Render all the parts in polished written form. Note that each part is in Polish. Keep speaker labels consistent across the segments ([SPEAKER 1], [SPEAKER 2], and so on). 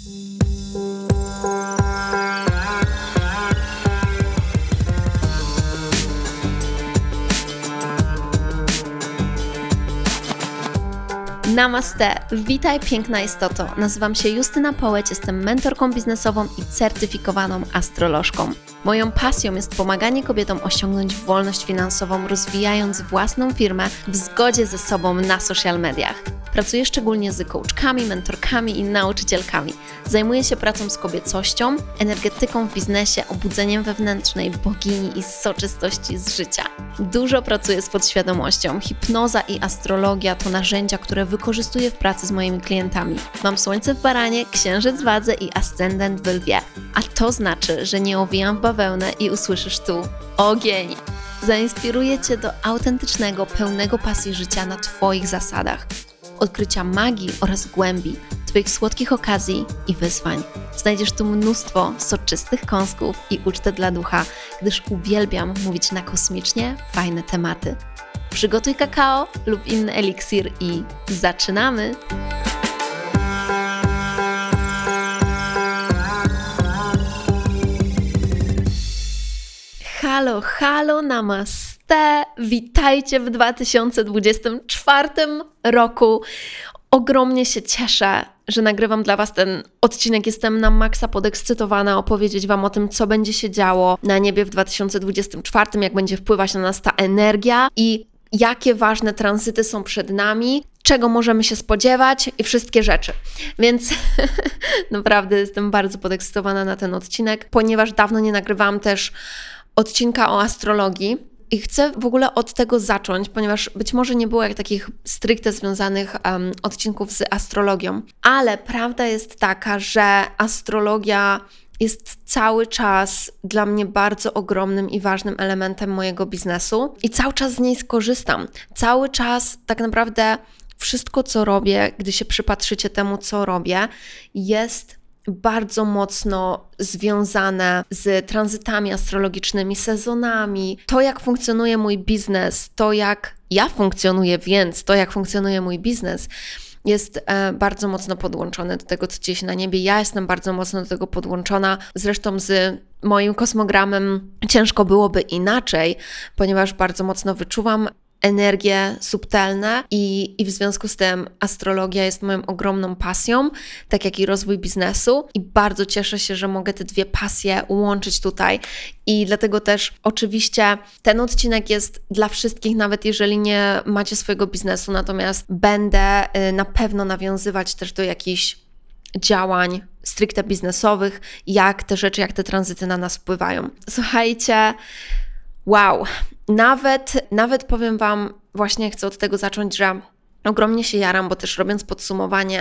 [SPEAKER 1] Namaste, witaj piękna istoto. Nazywam się Justyna Połeć, jestem mentorką biznesową i certyfikowaną astrolożką. Moją pasją jest pomaganie kobietom osiągnąć wolność finansową, rozwijając własną firmę w zgodzie ze sobą na social mediach. Pracuję szczególnie z coachkami, mentorkami i nauczycielkami. Zajmuję się pracą z kobiecością, energetyką w biznesie, obudzeniem wewnętrznej bogini i soczystości z życia. Dużo pracuję z podświadomością. Hipnoza i astrologia to narzędzia, które wykorzystuję w pracy z moimi klientami. Mam słońce w baranie, księżyc w wadze i ascendent w lwie. A to znaczy, że nie owijam w bawełnę i usłyszysz tu ogień. Zainspiruję Cię do autentycznego, pełnego pasji życia na Twoich zasadach. Odkrycia magii oraz głębi, Twoich słodkich okazji i wyzwań. Znajdziesz tu mnóstwo soczystych kąsków i ucztę dla ducha, gdyż uwielbiam mówić na kosmicznie fajne tematy. Przygotuj kakao lub inny eliksir i zaczynamy! Halo, halo, namaste! Witajcie w 2024 roku. Ogromnie się cieszę, że nagrywam dla Was ten odcinek. Jestem na maksa podekscytowana opowiedzieć Wam o tym, co będzie się działo na niebie w 2024, jak będzie wpływać na nas ta energia i jakie ważne tranzyty są przed nami, czego możemy się spodziewać i wszystkie rzeczy. Więc naprawdę jestem bardzo podekscytowana na ten odcinek, ponieważ dawno nie nagrywałam też odcinka o astrologii i chcę w ogóle od tego zacząć, ponieważ być może nie było jak takich stricte związanych odcinków z astrologią, ale prawda jest taka, że astrologia jest cały czas dla mnie bardzo ogromnym i ważnym elementem mojego biznesu i cały czas z niej skorzystam. Cały czas tak naprawdę wszystko, co robię, gdy się przypatrzycie temu, co robię, jest bardzo mocno związane z tranzytami astrologicznymi, sezonami. To, jak funkcjonuje mój biznes, to jak ja funkcjonuję, więc to, jak funkcjonuje mój biznes, jest bardzo mocno podłączone do tego, co dzieje się na niebie. Ja jestem bardzo mocno do tego podłączona. Zresztą z moim kosmogramem ciężko byłoby inaczej, ponieważ bardzo mocno wyczuwam energie subtelne i w związku z tym astrologia jest moją ogromną pasją, tak jak i rozwój biznesu i bardzo cieszę się, że mogę te dwie pasje łączyć tutaj i dlatego też oczywiście ten odcinek jest dla wszystkich, nawet jeżeli nie macie swojego biznesu, natomiast będę na pewno nawiązywać też do jakichś działań stricte biznesowych, jak te rzeczy, jak te tranzyty na nas wpływają. Słuchajcie, wow, nawet powiem Wam, właśnie chcę od tego zacząć, że ogromnie się jaram, bo też robiąc podsumowanie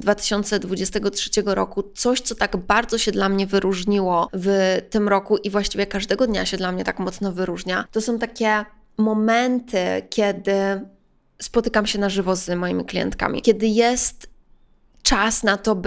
[SPEAKER 1] 2023 roku, coś, co tak bardzo się dla mnie wyróżniło w tym roku i właściwie każdego dnia się dla mnie tak mocno wyróżnia, to są takie momenty, kiedy spotykam się na żywo z moimi klientkami, kiedy jest czas na to,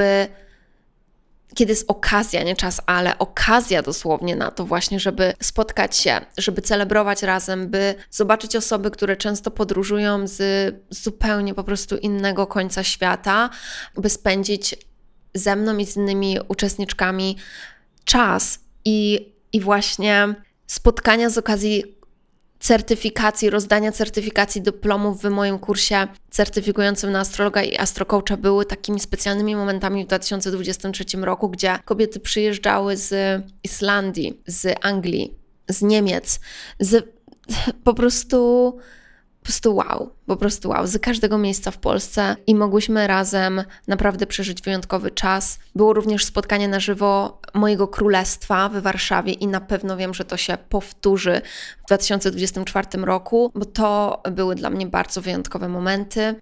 [SPEAKER 1] kiedy jest okazja, nie czas, ale okazja dosłownie na to właśnie, żeby spotkać się, żeby celebrować razem, by zobaczyć osoby, które często podróżują z zupełnie po prostu innego końca świata, by spędzić ze mną i z innymi uczestniczkami czas i właśnie spotkania z okazji certyfikacji, rozdania certyfikacji dyplomów w moim kursie certyfikującym na astrologa i astrocoacha były takimi specjalnymi momentami w 2023 roku, gdzie kobiety przyjeżdżały z Islandii, z Anglii, z Niemiec, po prostu wow, z każdego miejsca w Polsce i mogłyśmy razem naprawdę przeżyć wyjątkowy czas. Było również spotkanie na żywo mojego królestwa w Warszawie i na pewno wiem, że to się powtórzy w 2024 roku, bo to były dla mnie bardzo wyjątkowe momenty,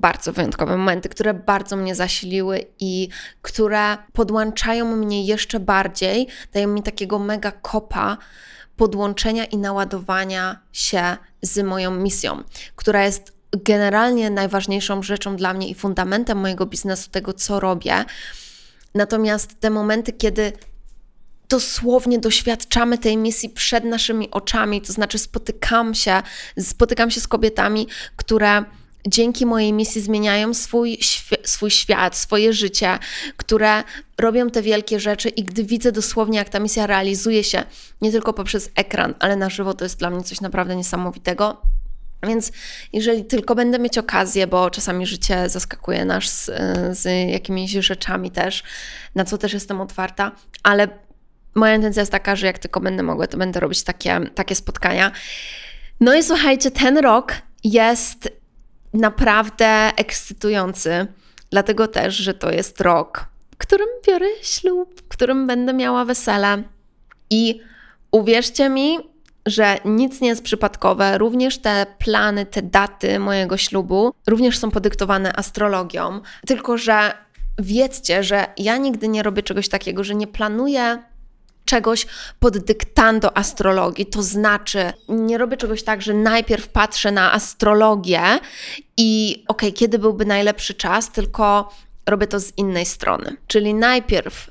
[SPEAKER 1] które bardzo mnie zasiliły i które podłączają mnie jeszcze bardziej, dają mi takiego mega kopa podłączenia i naładowania się z moją misją, która jest generalnie najważniejszą rzeczą dla mnie i fundamentem mojego biznesu, tego co robię. Natomiast te momenty, kiedy dosłownie doświadczamy tej misji przed naszymi oczami, to znaczy spotykam się z kobietami, które dzięki mojej misji zmieniają swój świat, swoje życie, które robią te wielkie rzeczy i gdy widzę dosłownie, jak ta misja realizuje się, nie tylko poprzez ekran, ale na żywo, to jest dla mnie coś naprawdę niesamowitego. Więc jeżeli tylko będę mieć okazję, bo czasami życie zaskakuje nas z jakimiś rzeczami też, na co też jestem otwarta, ale moja intencja jest taka, że jak tylko będę mogła, to będę robić takie spotkania. No i słuchajcie, ten rok jest naprawdę ekscytujący, dlatego też, że to jest rok, w którym biorę ślub, w którym będę miała wesele. I uwierzcie mi, że nic nie jest przypadkowe. Również te plany, te daty mojego ślubu również są podyktowane astrologią. Tylko że wiedzcie, że ja nigdy nie robię czegoś takiego, że nie planuję czegoś pod dyktando astrologii. To znaczy, nie robię czegoś tak, że najpierw patrzę na astrologię i kiedy byłby najlepszy czas, tylko robię to z innej strony. Czyli najpierw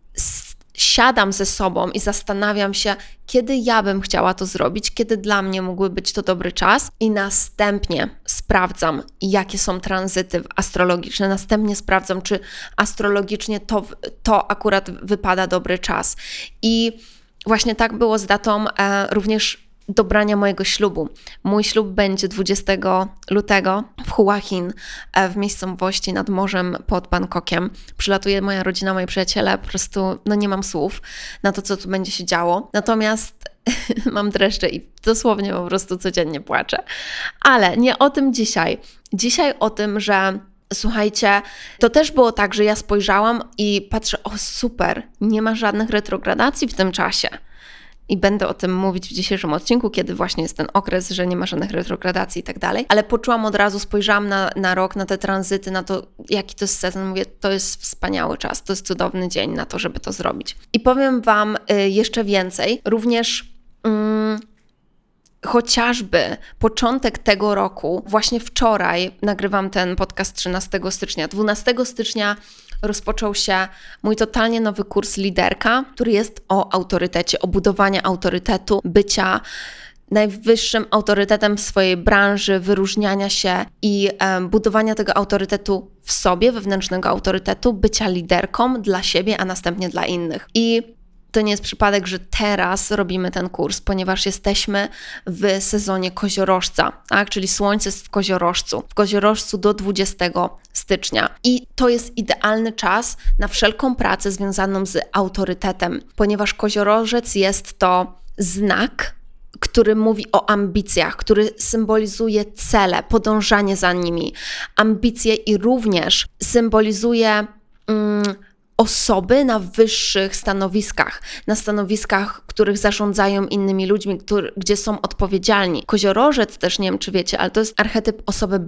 [SPEAKER 1] siadam ze sobą i zastanawiam się, kiedy ja bym chciała to zrobić, kiedy dla mnie mógłby być to dobry czas i następnie sprawdzam, jakie są tranzyty astrologiczne, następnie sprawdzam, czy astrologicznie to akurat wypada dobry czas. I właśnie tak było z datą również dobrania mojego ślubu. Mój ślub będzie 20 lutego w Hua Hin, w miejscowości nad morzem pod Bangkokiem. Przylatuje moja rodzina, moi przyjaciele, po prostu nie mam słów na to, co tu będzie się działo. Natomiast mam dreszcze i dosłownie po prostu codziennie płaczę. Ale nie o tym dzisiaj. Dzisiaj o tym, że słuchajcie, to też było tak, że ja spojrzałam i patrzę, super, nie ma żadnych retrogradacji w tym czasie. I będę o tym mówić w dzisiejszym odcinku, kiedy właśnie jest ten okres, że nie ma żadnych retrogradacji i tak dalej. Ale poczułam od razu, spojrzałam na rok, na te tranzyty, na to, jaki to jest sezon. Mówię, to jest wspaniały czas, to jest cudowny dzień na to, żeby to zrobić. I powiem Wam jeszcze więcej. Również chociażby początek tego roku, właśnie wczoraj nagrywam ten podcast 13 stycznia. 12 stycznia rozpoczął się mój totalnie nowy kurs Liderka, który jest o autorytecie, o budowaniu autorytetu, bycia najwyższym autorytetem w swojej branży, wyróżniania się i budowania tego autorytetu w sobie, wewnętrznego autorytetu, bycia liderką dla siebie, a następnie dla innych. I to nie jest przypadek, że teraz robimy ten kurs, ponieważ jesteśmy w sezonie koziorożca, tak? Czyli słońce jest w koziorożcu do 20 stycznia. I to jest idealny czas na wszelką pracę związaną z autorytetem, ponieważ koziorożec jest to znak, który mówi o ambicjach, który symbolizuje cele, podążanie za nimi, ambicje i również symbolizuje osoby na wyższych stanowiskach, na stanowiskach, których zarządzają innymi ludźmi, gdzie są odpowiedzialni. Koziorożec też, nie wiem czy wiecie, ale to jest archetyp osoby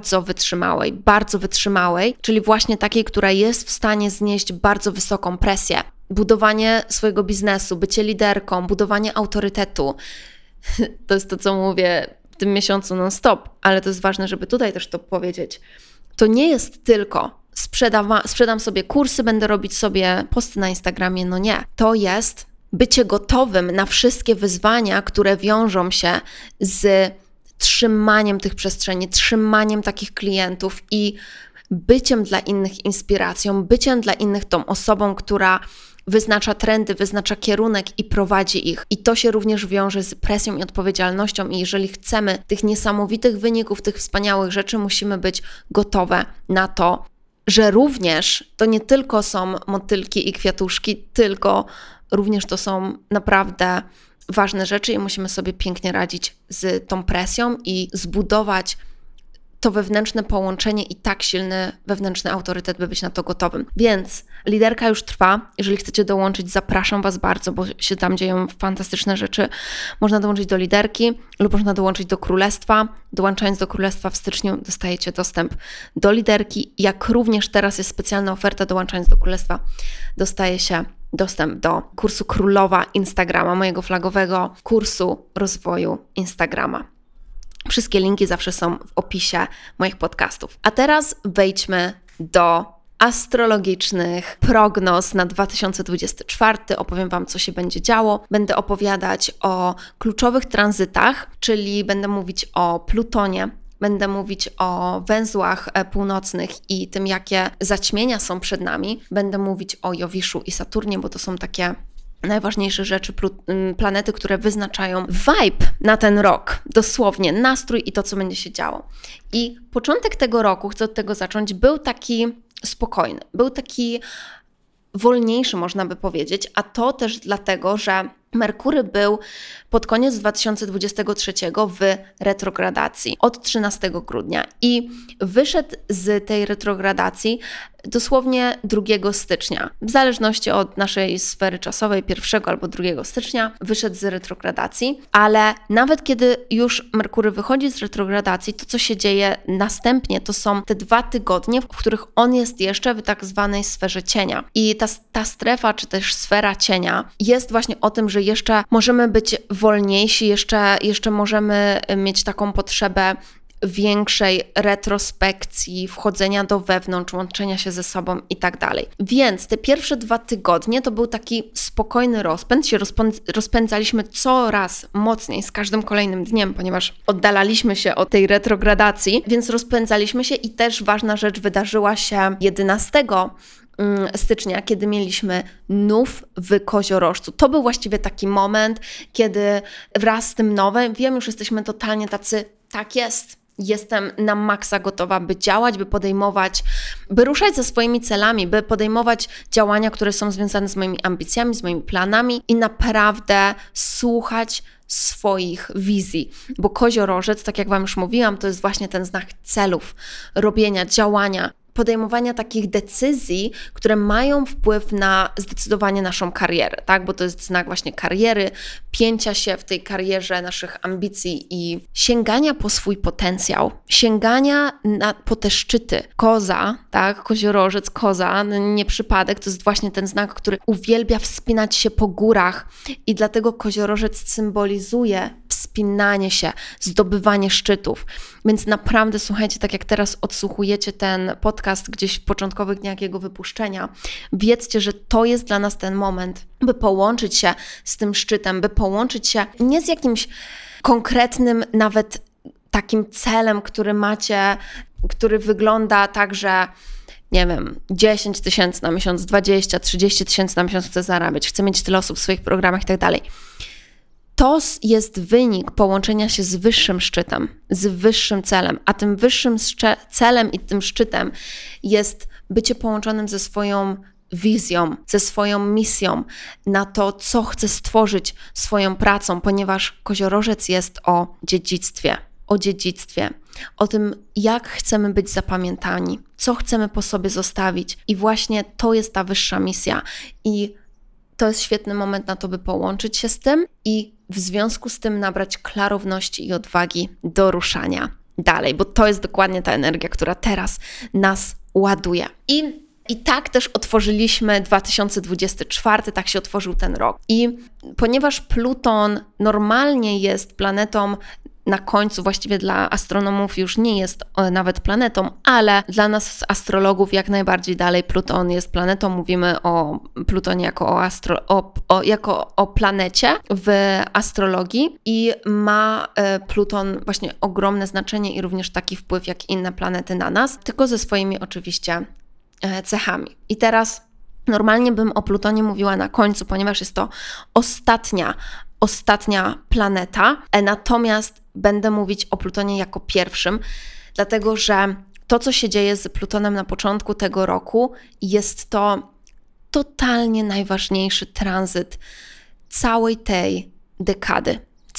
[SPEAKER 1] bardzo wytrzymałej, czyli właśnie takiej, która jest w stanie znieść bardzo wysoką presję. Budowanie swojego biznesu, bycie liderką, budowanie autorytetu. To jest to, co mówię w tym miesiącu non-stop, ale to jest ważne, żeby tutaj też to powiedzieć. To nie jest tylko sprzedam sobie kursy, będę robić sobie posty na Instagramie, nie. To jest bycie gotowym na wszystkie wyzwania, które wiążą się z trzymaniem tych przestrzeni, trzymaniem takich klientów i byciem dla innych inspiracją, byciem dla innych tą osobą, która wyznacza trendy, wyznacza kierunek i prowadzi ich. I to się również wiąże z presją i odpowiedzialnością i jeżeli chcemy tych niesamowitych wyników, tych wspaniałych rzeczy, musimy być gotowe na to, że również to nie tylko są motylki i kwiatuszki, tylko również to są naprawdę ważne rzeczy i musimy sobie pięknie radzić z tą presją i zbudować to wewnętrzne połączenie i tak silny wewnętrzny autorytet, by być na to gotowym. Więc liderka już trwa. Jeżeli chcecie dołączyć, zapraszam Was bardzo, bo się tam dzieją fantastyczne rzeczy. Można dołączyć do liderki lub można dołączyć do królestwa. Dołączając do królestwa w styczniu dostajecie dostęp do liderki, jak również teraz jest specjalna oferta, dołączając do królestwa dostaje się dostęp do kursu Królowa Instagrama, mojego flagowego kursu rozwoju Instagrama. Wszystkie linki zawsze są w opisie moich podcastów. A teraz wejdźmy do astrologicznych prognoz na 2024. Opowiem Wam, co się będzie działo. Będę opowiadać o kluczowych tranzytach, czyli będę mówić o Plutonie, będę mówić o węzłach północnych i tym, jakie zaćmienia są przed nami. Będę mówić o Jowiszu i Saturnie, bo to są takie najważniejsze rzeczy, planety, które wyznaczają vibe na ten rok, dosłownie nastrój i to, co będzie się działo. I początek tego roku, chcę od tego zacząć, był taki spokojny, był taki wolniejszy, można by powiedzieć, a to też dlatego, że Merkury był pod koniec 2023 w retrogradacji od 13 grudnia i wyszedł z tej retrogradacji dosłownie 2 stycznia. W zależności od naszej sfery czasowej, 1 albo 2 stycznia wyszedł z retrogradacji, ale nawet kiedy już Merkury wychodzi z retrogradacji, to co się dzieje następnie, to są te 2 tygodnie, w których on jest jeszcze w tak zwanej sferze cienia. I ta strefa, czy też sfera cienia jest właśnie o tym, że jeszcze możemy być wolniejsi, jeszcze możemy mieć taką potrzebę większej retrospekcji, wchodzenia do wewnątrz, łączenia się ze sobą i tak dalej. Więc te pierwsze 2 tygodnie to był taki spokojny rozpęd, rozpędzaliśmy coraz mocniej z każdym kolejnym dniem, ponieważ oddalaliśmy się od tej retrogradacji, więc rozpędzaliśmy się i też ważna rzecz wydarzyła się 11 stycznia, kiedy mieliśmy nów w Koziorożcu. To był właściwie taki moment, kiedy wraz z tym nowym, wiem, już jesteśmy totalnie tacy, tak jest, jestem na maksa gotowa, by działać, by podejmować, by ruszać ze swoimi celami, by podejmować działania, które są związane z moimi ambicjami, z moimi planami i naprawdę słuchać swoich wizji, bo Koziorożec, tak jak Wam już mówiłam, to jest właśnie ten znak celów, robienia, działania, podejmowania takich decyzji, które mają wpływ na zdecydowanie naszą karierę, tak? Bo to jest znak właśnie kariery, pięcia się w tej karierze, naszych ambicji i sięgania po swój potencjał, sięgania po te szczyty. Koza, tak? Koziorożec, koza, nie przypadek, to jest właśnie ten znak, który uwielbia wspinać się po górach i dlatego koziorożec symbolizuje wspinanie się, zdobywanie szczytów. Więc naprawdę, słuchajcie, tak jak teraz odsłuchujecie ten podcast gdzieś w początkowych dniach jego wypuszczenia, wiedzcie, że to jest dla nas ten moment, by połączyć się z tym szczytem, by połączyć się nie z jakimś konkretnym nawet takim celem, który macie, który wygląda tak, że nie wiem, 10 000 na miesiąc, 20, 30 000 na miesiąc chcę zarabiać, chcę mieć tyle osób w swoich programach i tak dalej. To jest wynik połączenia się z wyższym szczytem, z wyższym celem, a tym wyższym celem i tym szczytem jest bycie połączonym ze swoją wizją, ze swoją misją na to, co chcę stworzyć swoją pracą, ponieważ koziorożec jest o dziedzictwie, o tym, jak chcemy być zapamiętani, co chcemy po sobie zostawić i właśnie to jest ta wyższa misja i to jest świetny moment na to, by połączyć się z tym i w związku z tym nabrać klarowności i odwagi do ruszania dalej, bo to jest dokładnie ta energia, która teraz nas ładuje. I tak też otworzyliśmy 2024, tak się otworzył ten rok. I ponieważ Pluton normalnie jest planetą na końcu, właściwie dla astronomów już nie jest nawet planetą, ale dla nas astrologów jak najbardziej dalej Pluton jest planetą. Mówimy o Plutonie jako o planecie w astrologii i ma Pluton właśnie ogromne znaczenie i również taki wpływ jak inne planety na nas, tylko ze swoimi oczywiście cechami. I teraz normalnie bym o Plutonie mówiła na końcu, ponieważ jest to ostatnia planeta, natomiast będę mówić o Plutonie jako pierwszym, dlatego że to, co się dzieje z Plutonem na początku tego roku, jest to totalnie najważniejszy tranzyt całej tej dekady.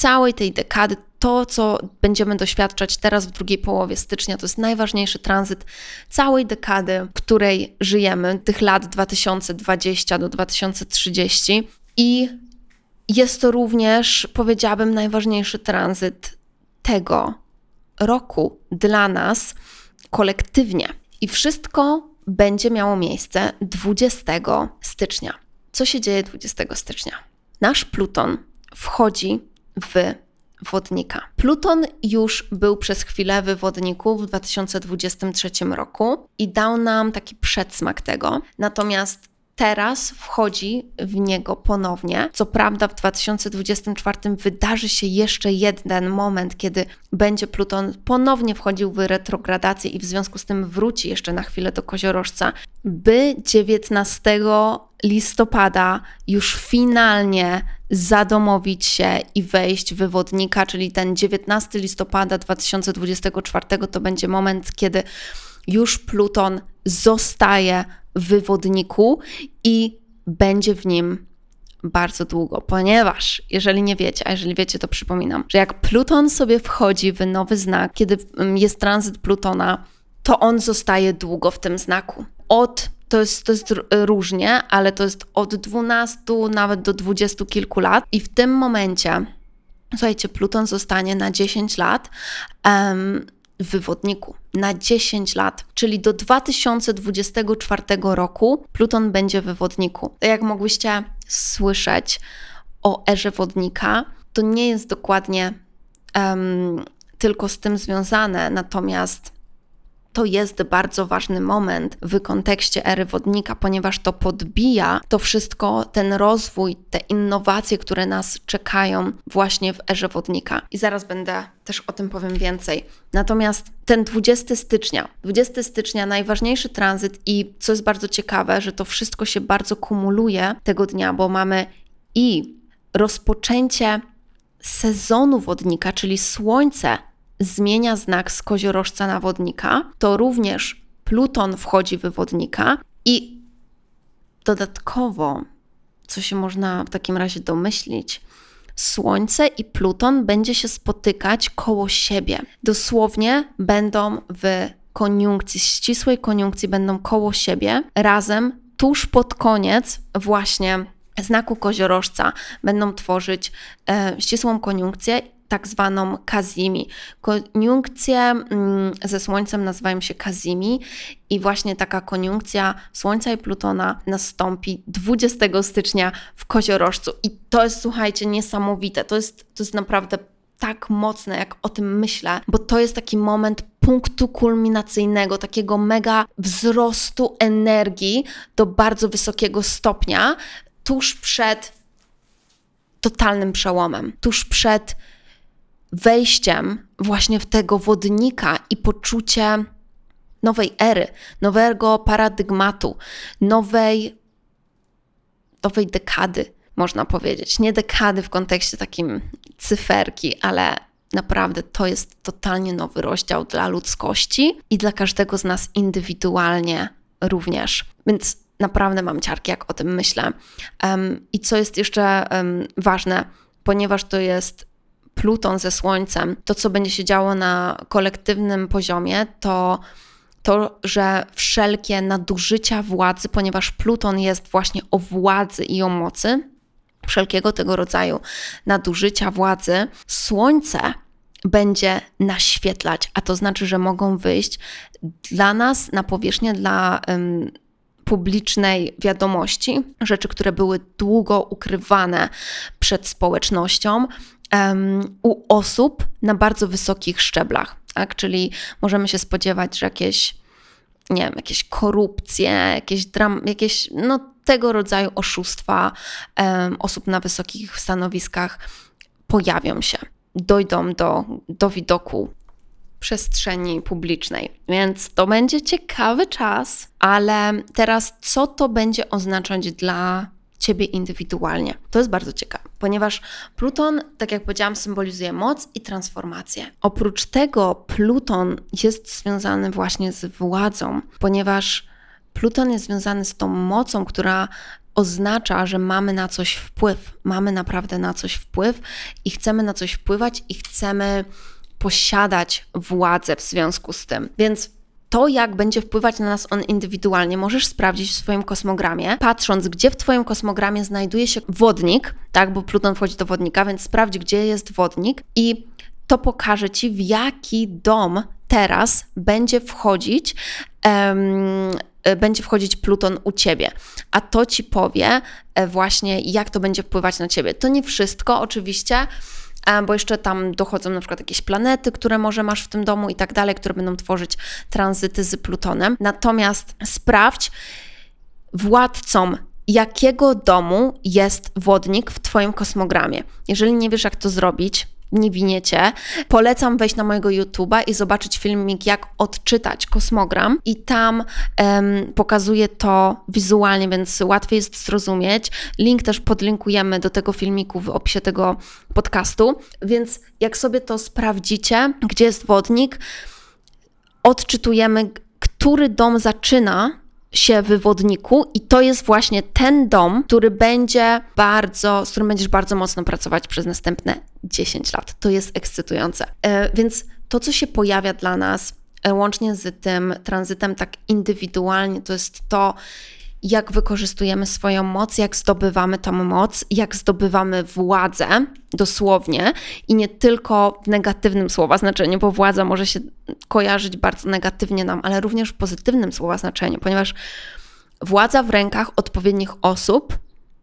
[SPEAKER 1] To, co będziemy doświadczać teraz w drugiej połowie stycznia, to jest najważniejszy tranzyt całej dekady, w której żyjemy, tych lat 2020 do 2030 i jest to również, powiedziałabym, najważniejszy tranzyt tego roku dla nas kolektywnie. I wszystko będzie miało miejsce 20 stycznia. Co się dzieje 20 stycznia? Nasz Pluton wchodzi w Wodnika. Pluton już był przez chwilę w Wodniku w 2023 roku i dał nam taki przedsmak tego. Natomiast teraz wchodzi w niego ponownie. Co prawda w 2024 wydarzy się jeszcze jeden moment, kiedy będzie Pluton ponownie wchodził w retrogradację i w związku z tym wróci jeszcze na chwilę do koziorożca, by 19 listopada już finalnie zadomowić się i wejść w wodnika, czyli ten 19 listopada 2024 to będzie moment, kiedy już Pluton zostaje w wodniku i będzie w nim bardzo długo, ponieważ jeżeli nie wiecie, a jeżeli wiecie, to przypominam, że jak Pluton sobie wchodzi w nowy znak, kiedy jest tranzyt Plutona, to on zostaje długo w tym znaku. To jest różnie, ale to jest od 12 nawet do 20 kilku lat i w tym momencie, słuchajcie, Pluton zostanie na 10 lat w wodniku. Na 10 lat, czyli do 2024 roku Pluton będzie w wodniku. Tak jak mogłyście słyszeć o erze wodnika, to nie jest dokładnie tylko z tym związane, natomiast to jest bardzo ważny moment w kontekście ery wodnika, ponieważ to podbija to wszystko, ten rozwój, te innowacje, które nas czekają właśnie w erze wodnika. I zaraz będę też o tym powiem więcej. Natomiast ten 20 stycznia najważniejszy tranzyt i co jest bardzo ciekawe, że to wszystko się bardzo kumuluje tego dnia, bo mamy i rozpoczęcie sezonu wodnika, czyli Słońce zmienia znak z koziorożca na wodnika, to również Pluton wchodzi w wodnika i dodatkowo, co się można w takim razie domyślić, Słońce i Pluton będzie się spotykać koło siebie. Dosłownie będą w koniunkcji, ścisłej koniunkcji będą koło siebie, razem tuż pod koniec właśnie znaku koziorożca będą tworzyć ścisłą koniunkcję, tak zwaną Kazimi. Koniunkcje ze Słońcem nazywają się Kazimi i właśnie taka koniunkcja Słońca i Plutona nastąpi 20 stycznia w koziorożcu. I to jest, słuchajcie, niesamowite. To jest naprawdę tak mocne, jak o tym myślę, bo to jest taki moment punktu kulminacyjnego, takiego mega wzrostu energii do bardzo wysokiego stopnia, tuż przed totalnym przełomem, tuż przed wejściem właśnie w tego wodnika i poczucie nowej ery, nowego paradygmatu, nowej dekady, można powiedzieć. Nie dekady w kontekście takim cyferki, ale naprawdę to jest totalnie nowy rozdział dla ludzkości i dla każdego z nas indywidualnie również. Więc naprawdę mam ciarki, jak o tym myślę. I co jest jeszcze ważne, ponieważ to jest Pluton ze Słońcem, to co będzie się działo na kolektywnym poziomie, to, że wszelkie nadużycia władzy, ponieważ Pluton jest właśnie o władzy i o mocy, wszelkiego tego rodzaju nadużycia władzy, Słońce będzie naświetlać, a to znaczy, że mogą wyjść dla nas na powierzchnię, dla publicznej wiadomości, rzeczy, które były długo ukrywane przed społecznością, u osób na bardzo wysokich szczeblach, tak? Czyli możemy się spodziewać, że jakieś korupcje, jakieś tego rodzaju oszustwa osób na wysokich stanowiskach pojawią się, dojdą do widoku przestrzeni publicznej. Więc to będzie ciekawy czas, ale teraz co to będzie oznaczać dla Ciebie indywidualnie? To jest bardzo ciekawe, ponieważ Pluton, tak jak powiedziałam, symbolizuje moc i transformację. Oprócz tego Pluton jest związany właśnie z władzą, ponieważ Pluton jest związany z tą mocą, która oznacza, że mamy na coś wpływ. Mamy naprawdę na coś wpływ i chcemy na coś wpływać i chcemy posiadać władzę w związku z tym. Więc to, jak będzie wpływać na nas on indywidualnie, możesz sprawdzić w swoim kosmogramie, patrząc, gdzie w Twoim kosmogramie znajduje się wodnik, tak, bo Pluton wchodzi do wodnika, więc sprawdź, gdzie jest wodnik i to pokaże Ci, w jaki dom teraz będzie wchodzić Pluton u Ciebie. A to Ci powie właśnie, jak to będzie wpływać na Ciebie. To nie wszystko oczywiście, bo jeszcze tam dochodzą na przykład jakieś planety, które może masz w tym domu i tak dalej, które będą tworzyć tranzyty z Plutonem. Natomiast sprawdź, władcą jakiego domu jest wodnik w Twoim kosmogramie. Jeżeli nie wiesz, jak to zrobić, nie winiecie, polecam wejść na mojego YouTube'a i zobaczyć filmik, jak odczytać kosmogram i tam pokazuję to wizualnie, więc łatwiej jest zrozumieć. Link też podlinkujemy do tego filmiku w opisie tego podcastu, więc jak sobie to sprawdzicie, gdzie jest wodnik, odczytujemy, który dom zaczyna się w wodniku i to jest właśnie ten dom, z którym będziesz bardzo mocno pracować przez następne 10 lat. To jest ekscytujące. Więc to, co się pojawia dla nas, łącznie z tym tranzytem tak indywidualnie, to jest to, jak wykorzystujemy swoją moc, jak zdobywamy tą moc, jak zdobywamy władzę, dosłownie, i nie tylko w negatywnym słowa znaczeniu, bo władza może się kojarzyć bardzo negatywnie nam, ale również w pozytywnym słowa znaczeniu, ponieważ władza w rękach odpowiednich osób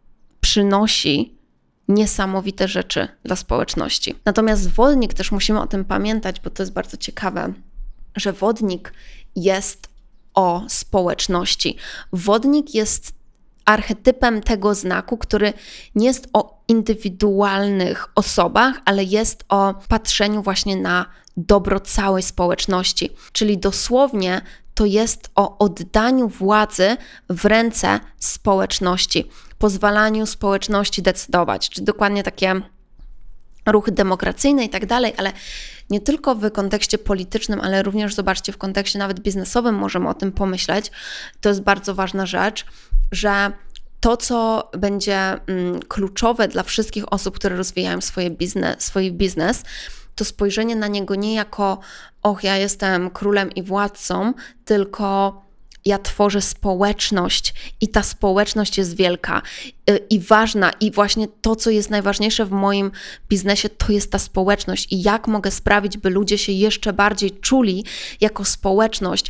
[SPEAKER 1] przynosi niesamowite rzeczy dla społeczności. Natomiast wodnik, też musimy o tym pamiętać, bo to jest bardzo ciekawe, że wodnik jest o społeczności. Wodnik jest archetypem tego znaku, który nie jest o indywidualnych osobach, ale jest o patrzeniu właśnie na dobro całej społeczności. Czyli dosłownie to jest o oddaniu władzy w ręce społeczności, pozwalaniu społeczności decydować, czyli dokładnie takie ruchy demokracyjne i tak dalej, ale nie tylko w kontekście politycznym, ale również zobaczcie, w kontekście nawet biznesowym możemy o tym pomyśleć. To jest bardzo ważna rzecz, że to, co będzie kluczowe dla wszystkich osób, które rozwijają swój biznes, to spojrzenie na niego nie jako ja jestem królem i władcą, tylko ja tworzę społeczność i ta społeczność jest wielka i ważna i właśnie to, co jest najważniejsze w moim biznesie, to jest ta społeczność i jak mogę sprawić, by ludzie się jeszcze bardziej czuli jako społeczność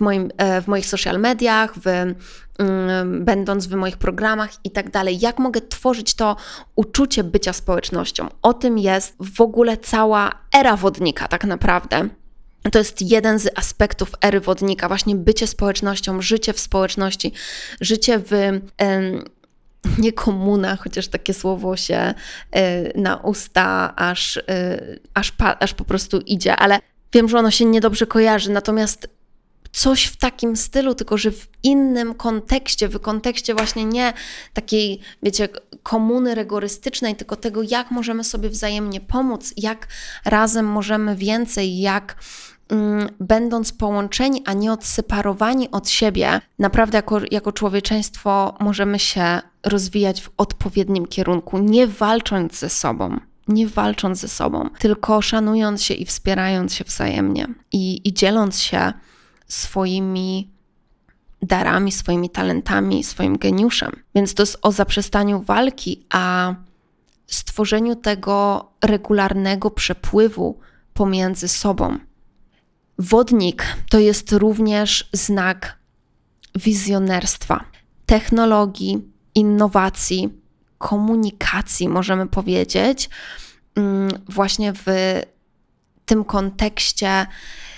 [SPEAKER 1] w moich social mediach, będąc w moich programach i tak dalej. Jak mogę tworzyć to uczucie bycia społecznością? O tym jest w ogóle cała era wodnika tak naprawdę. To jest jeden z aspektów ery wodnika, właśnie bycie społecznością, życie w społeczności, życie w nie komuna, chociaż takie słowo się na usta aż po prostu idzie, ale wiem, że ono się niedobrze kojarzy, natomiast coś w takim stylu, tylko że w innym kontekście, w kontekście właśnie nie takiej, wiecie, komuny rygorystycznej, tylko tego, jak możemy sobie wzajemnie pomóc, jak razem możemy więcej, jak będąc połączeni, a nie odseparowani od siebie, naprawdę jako człowieczeństwo możemy się rozwijać w odpowiednim kierunku, nie walcząc ze sobą, tylko szanując się i wspierając się wzajemnie i dzieląc się swoimi darami, swoimi talentami, swoim geniuszem. Więc to jest o zaprzestaniu walki, a stworzeniu tego regularnego przepływu pomiędzy sobą. Wodnik to jest również znak wizjonerstwa, technologii, innowacji, komunikacji, możemy powiedzieć, właśnie w tym kontekście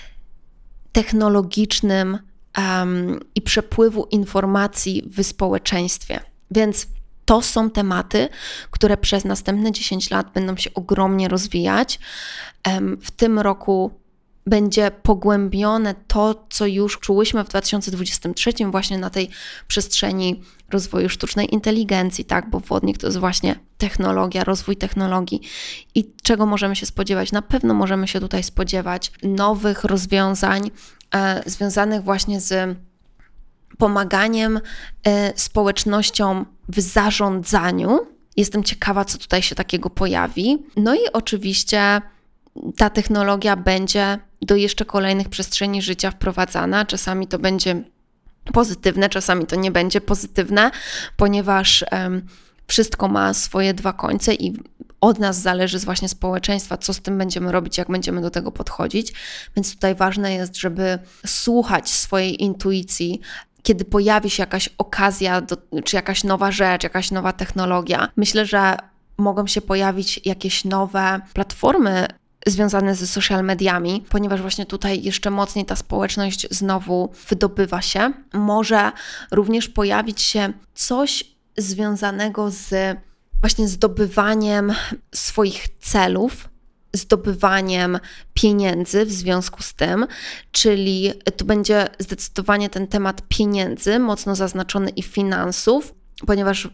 [SPEAKER 1] technologicznym i przepływu informacji w społeczeństwie. Więc to są tematy, które przez następne 10 lat będą się ogromnie rozwijać. W tym roku będzie pogłębione to, co już czułyśmy w 2023 właśnie na tej przestrzeni rozwoju sztucznej inteligencji, tak, bo wodnik to jest właśnie technologia, rozwój technologii i czego możemy się spodziewać? Na pewno możemy się tutaj spodziewać nowych rozwiązań związanych właśnie z pomaganiem społecznościom w zarządzaniu. Jestem ciekawa, co tutaj się takiego pojawi. No i oczywiście ta technologia będzie do jeszcze kolejnych przestrzeni życia wprowadzana. Czasami to będzie pozytywne, czasami to nie będzie pozytywne, ponieważ wszystko ma swoje dwa końce i od nas zależy właśnie społeczeństwa, co z tym będziemy robić, jak będziemy do tego podchodzić. Więc tutaj ważne jest, żeby słuchać swojej intuicji, kiedy pojawi się jakaś okazja, czy jakaś nowa rzecz, jakaś nowa technologia. Myślę, że mogą się pojawić jakieś nowe platformy związane ze social mediami, ponieważ właśnie tutaj jeszcze mocniej ta społeczność znowu wydobywa się. Może również pojawić się coś związanego z właśnie zdobywaniem swoich celów, zdobywaniem pieniędzy w związku z tym, czyli tu będzie zdecydowanie ten temat pieniędzy mocno zaznaczony i finansów, ponieważ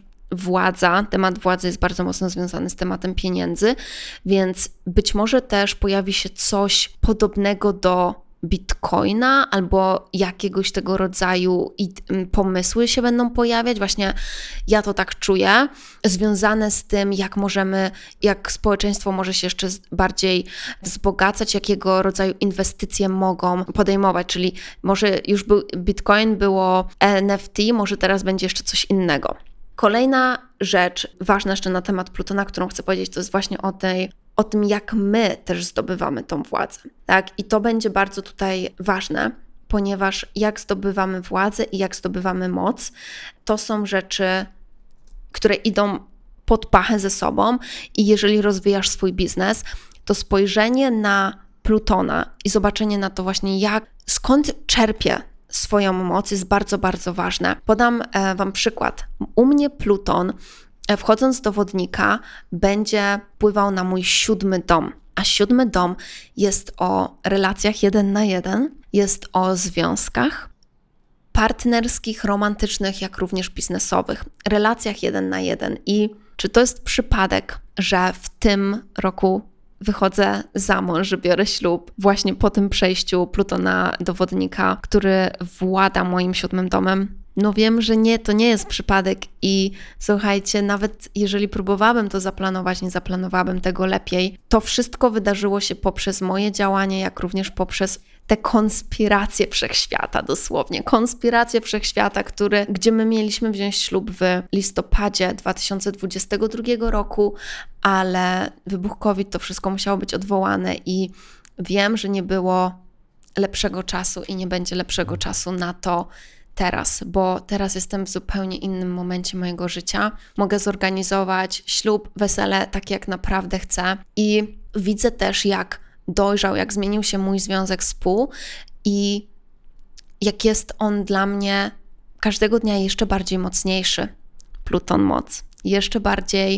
[SPEAKER 1] temat władzy jest bardzo mocno związany z tematem pieniędzy, więc być może też pojawi się coś podobnego do Bitcoina albo jakiegoś tego rodzaju pomysły się będą pojawiać. Właśnie ja to tak czuję, związane z tym, jak społeczeństwo może się jeszcze bardziej wzbogacać, jakiego rodzaju inwestycje mogą podejmować, czyli może już był Bitcoin, było NFT, może teraz będzie jeszcze coś innego. Kolejna rzecz ważna jeszcze na temat Plutona, którą chcę powiedzieć, to jest właśnie o tym, jak my też zdobywamy tą władzę. Tak? I to będzie bardzo tutaj ważne, ponieważ jak zdobywamy władzę i jak zdobywamy moc, to są rzeczy, które idą pod pachę ze sobą i jeżeli rozwijasz swój biznes, to spojrzenie na Plutona i zobaczenie na to właśnie skąd czerpie swoją moc jest bardzo, bardzo ważne. Podam Wam przykład. U mnie Pluton, wchodząc do wodnika, będzie wpływał na mój 7. dom. A 7. dom jest o relacjach 1 na 1, jest o związkach partnerskich, romantycznych, jak również biznesowych. Relacjach 1 na 1. I czy to jest przypadek, że w tym roku wychodzę za mąż, że biorę ślub właśnie po tym przejściu Plutona do wodnika, który włada moim 7. domem? No wiem, że nie, to nie jest przypadek i słuchajcie, nawet jeżeli próbowałabym to zaplanować, nie zaplanowałabym tego lepiej. To wszystko wydarzyło się poprzez moje działanie, jak również poprzez te konspiracje wszechświata, dosłownie. Konspiracje wszechświata, gdzie my mieliśmy wziąć ślub w listopadzie 2022 roku, ale wybuch COVID, to wszystko musiało być odwołane i wiem, że nie było lepszego czasu i nie będzie lepszego czasu na to teraz, bo teraz jestem w zupełnie innym momencie mojego życia. Mogę zorganizować ślub, wesele tak jak naprawdę chcę i widzę też jak dojrzał, jak zmienił się mój związek z Pół i jak jest on dla mnie każdego dnia jeszcze bardziej mocniejszy. Pluton moc. Jeszcze bardziej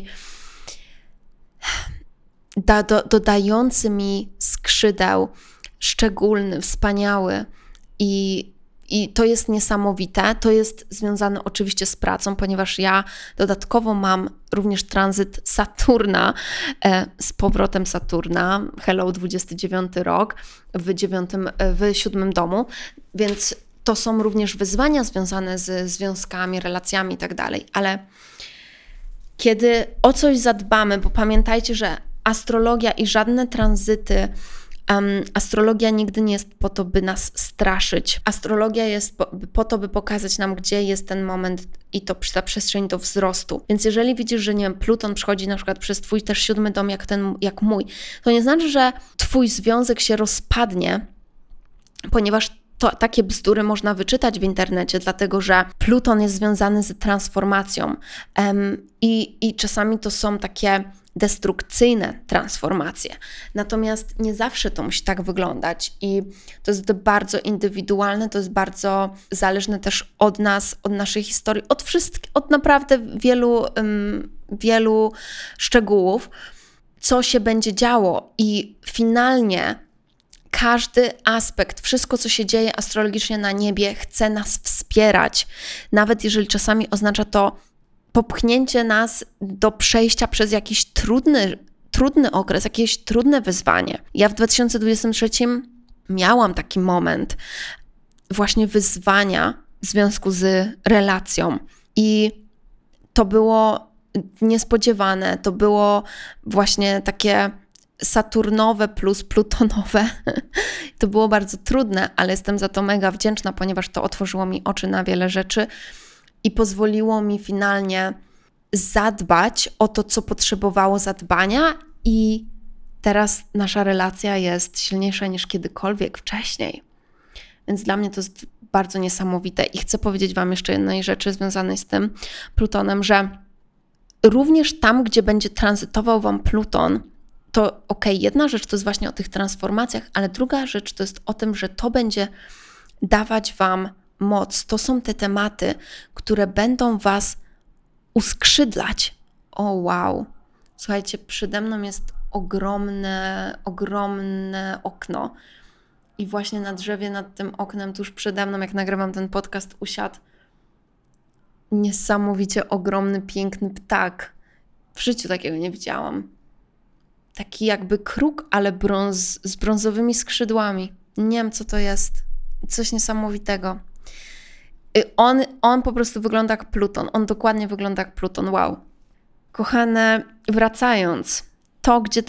[SPEAKER 1] dodający mi skrzydeł, szczególny, wspaniały i to jest niesamowite. To jest związane oczywiście z pracą, ponieważ ja dodatkowo mam również tranzyt Saturna, z powrotem Saturna, hello 29 rok, w 7 domu, więc to są również wyzwania związane z związkami, relacjami i tak dalej, ale kiedy o coś zadbamy, bo pamiętajcie, że astrologia i żadne tranzyty, astrologia nigdy nie jest po to, by nas straszyć. Astrologia jest po to, by pokazać nam, gdzie jest ten moment i ta przestrzeń do wzrostu. Więc jeżeli widzisz, że nie wiem, Pluton przychodzi na przykład przez twój też 7 dom, jak mój, to nie znaczy, że twój związek się rozpadnie, ponieważ takie bzdury można wyczytać w internecie, dlatego że Pluton jest związany z transformacją i czasami to są takie destrukcyjne transformacje. Natomiast nie zawsze to musi tak wyglądać i to jest bardzo indywidualne, to jest bardzo zależne też od nas, od naszej historii, od naprawdę wielu szczegółów, co się będzie działo i finalnie każdy aspekt, wszystko co się dzieje astrologicznie na niebie chce nas wspierać, nawet jeżeli czasami oznacza to popchnięcie nas do przejścia przez jakiś trudny okres, jakieś trudne wyzwanie. Ja w 2023 miałam taki moment właśnie wyzwania w związku z relacją i to było niespodziewane, to było właśnie takie saturnowe plus plutonowe. To było bardzo trudne, ale jestem za to mega wdzięczna, ponieważ to otworzyło mi oczy na wiele rzeczy i pozwoliło mi finalnie zadbać o to, co potrzebowało zadbania i teraz nasza relacja jest silniejsza niż kiedykolwiek wcześniej. Więc dla mnie to jest bardzo niesamowite i chcę powiedzieć Wam jeszcze jednej rzeczy związanej z tym Plutonem, że również tam, gdzie będzie tranzytował Wam Pluton, to jedna rzecz to jest właśnie o tych transformacjach, ale druga rzecz to jest o tym, że to będzie dawać Wam moc. To są te tematy, które będą Was uskrzydlać. O wow. Słuchajcie, przede mną jest ogromne okno. I właśnie na drzewie nad tym oknem, tuż przede mną, jak nagrywam ten podcast, usiadł niesamowicie ogromny, piękny ptak. W życiu takiego nie widziałam. Taki jakby kruk, ale z brązowymi skrzydłami. Nie wiem, co to jest. Coś niesamowitego. On po prostu wygląda jak Pluton. On dokładnie wygląda jak Pluton. Wow. Kochane, wracając. To, gdzie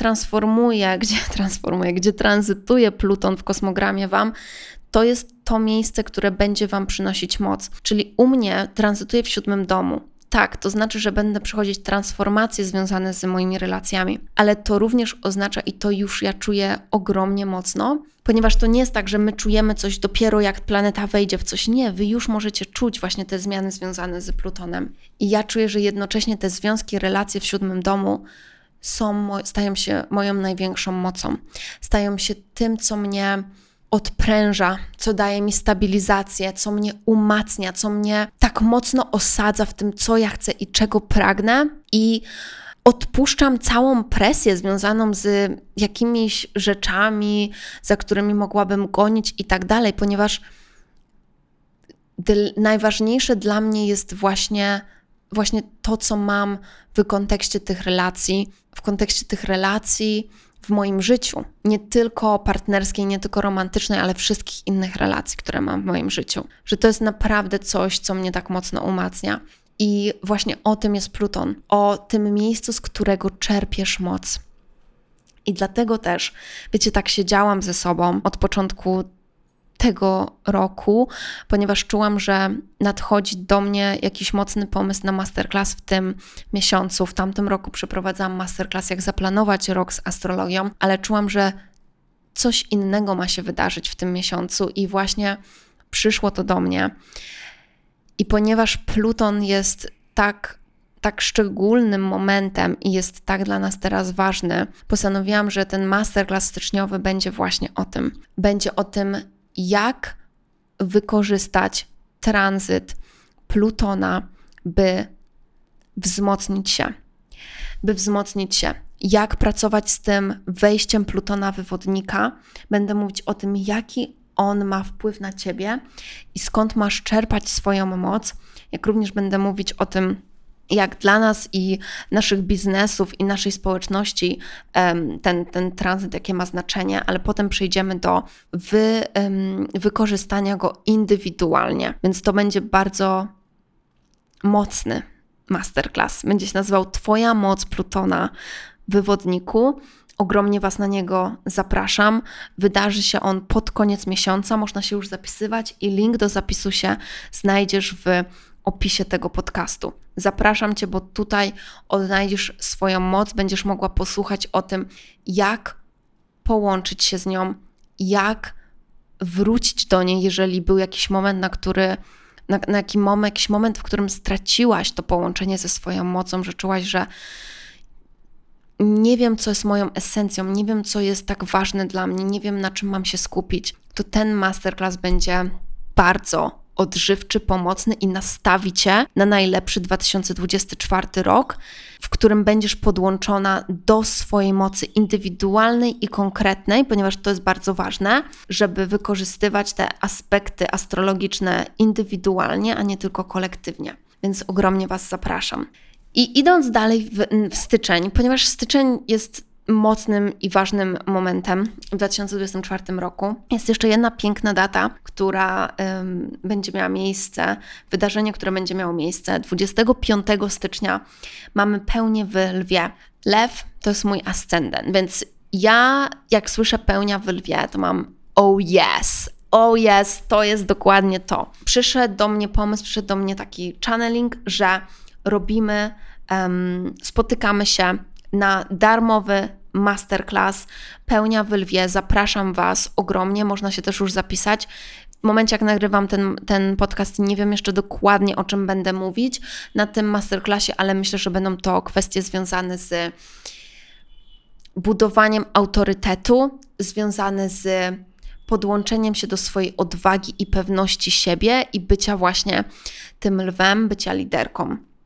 [SPEAKER 1] tranzytuje Pluton w kosmogramie Wam, to jest to miejsce, które będzie Wam przynosić moc. Czyli u mnie tranzytuje w 7. domu. Tak, to znaczy, że będę przechodzić transformacje związane z moimi relacjami, ale to również oznacza, i to już ja czuję ogromnie mocno, ponieważ to nie jest tak, że my czujemy coś dopiero jak planeta wejdzie w coś. Nie, Wy już możecie czuć właśnie te zmiany związane z Plutonem. I ja czuję, że jednocześnie te związki, relacje w 7. domu stają się moją największą mocą. Stają się tym, co mnie odpręża, co daje mi stabilizację, co mnie umacnia, co mnie tak mocno osadza w tym, co ja chcę i czego pragnę, i odpuszczam całą presję związaną z jakimiś rzeczami, za którymi mogłabym gonić i tak dalej, ponieważ najważniejsze dla mnie jest właśnie to, co mam w kontekście tych relacji, w moim życiu. Nie tylko partnerskiej, nie tylko romantycznej, ale wszystkich innych relacji, które mam w moim życiu. Że to jest naprawdę coś, co mnie tak mocno umacnia. I właśnie o tym jest Pluton. O tym miejscu, z którego czerpiesz moc. I dlatego też, wiecie, tak siedziałam ze sobą od początku tego roku, ponieważ czułam, że nadchodzi do mnie jakiś mocny pomysł na masterclass w tym miesiącu. W tamtym roku przeprowadzałam masterclass, jak zaplanować rok z astrologią, ale czułam, że coś innego ma się wydarzyć w tym miesiącu i właśnie przyszło to do mnie. I ponieważ Pluton jest tak szczególnym momentem i jest tak dla nas teraz ważny, postanowiłam, że ten masterclass styczniowy będzie właśnie o tym. Będzie o tym, jak wykorzystać tranzyt Plutona, by wzmocnić się. Jak pracować z tym wejściem Plutona w Wodnika. Będę mówić o tym, jaki on ma wpływ na Ciebie i skąd masz czerpać swoją moc. Jak również będę mówić o tym, jak dla nas i naszych biznesów i naszej społeczności ten tranzyt, jakie ma znaczenie, ale potem przejdziemy do wykorzystania go indywidualnie. Więc to będzie bardzo mocny masterclass. Będzie się nazywał Twoja moc Plutona w Wodniku. Ogromnie Was na niego zapraszam. Wydarzy się on pod koniec miesiąca. Można się już zapisywać i link do zapisu się znajdziesz w opisie tego podcastu. Zapraszam Cię, bo tutaj odnajdziesz swoją moc, będziesz mogła posłuchać o tym, jak połączyć się z nią, jak wrócić do niej, jeżeli był jakiś moment, jakiś moment, w którym straciłaś to połączenie ze swoją mocą, że czułaś, że nie wiem, co jest moją esencją, nie wiem, co jest tak ważne dla mnie, nie wiem, na czym mam się skupić, to ten masterclass będzie bardzo odżywczy, pomocny i nastawi Cię na najlepszy 2024 rok, w którym będziesz podłączona do swojej mocy indywidualnej i konkretnej, ponieważ to jest bardzo ważne, żeby wykorzystywać te aspekty astrologiczne indywidualnie, a nie tylko kolektywnie. Więc ogromnie Was zapraszam. I idąc dalej w styczeń, ponieważ styczeń jest mocnym i ważnym momentem w 2024 roku. Jest jeszcze jedna piękna data, która będzie miała miejsce, wydarzenie, które będzie miało miejsce 25 stycznia. Mamy pełnię w Lwie. Lew to jest mój ascendent, więc ja jak słyszę pełnia w Lwie, to mam oh yes, to jest dokładnie to. Przyszedł do mnie pomysł, przyszedł do mnie taki channeling, że spotykamy się na darmowy masterclass Pełnia w Lwie. Zapraszam Was ogromnie, można się też już zapisać. W momencie, jak nagrywam ten podcast, nie wiem jeszcze dokładnie, o czym będę mówić na tym masterclassie, ale myślę, że będą to kwestie związane z budowaniem autorytetu, związane z podłączeniem się do swojej odwagi i pewności siebie i bycia właśnie tym lwem, bycia liderką.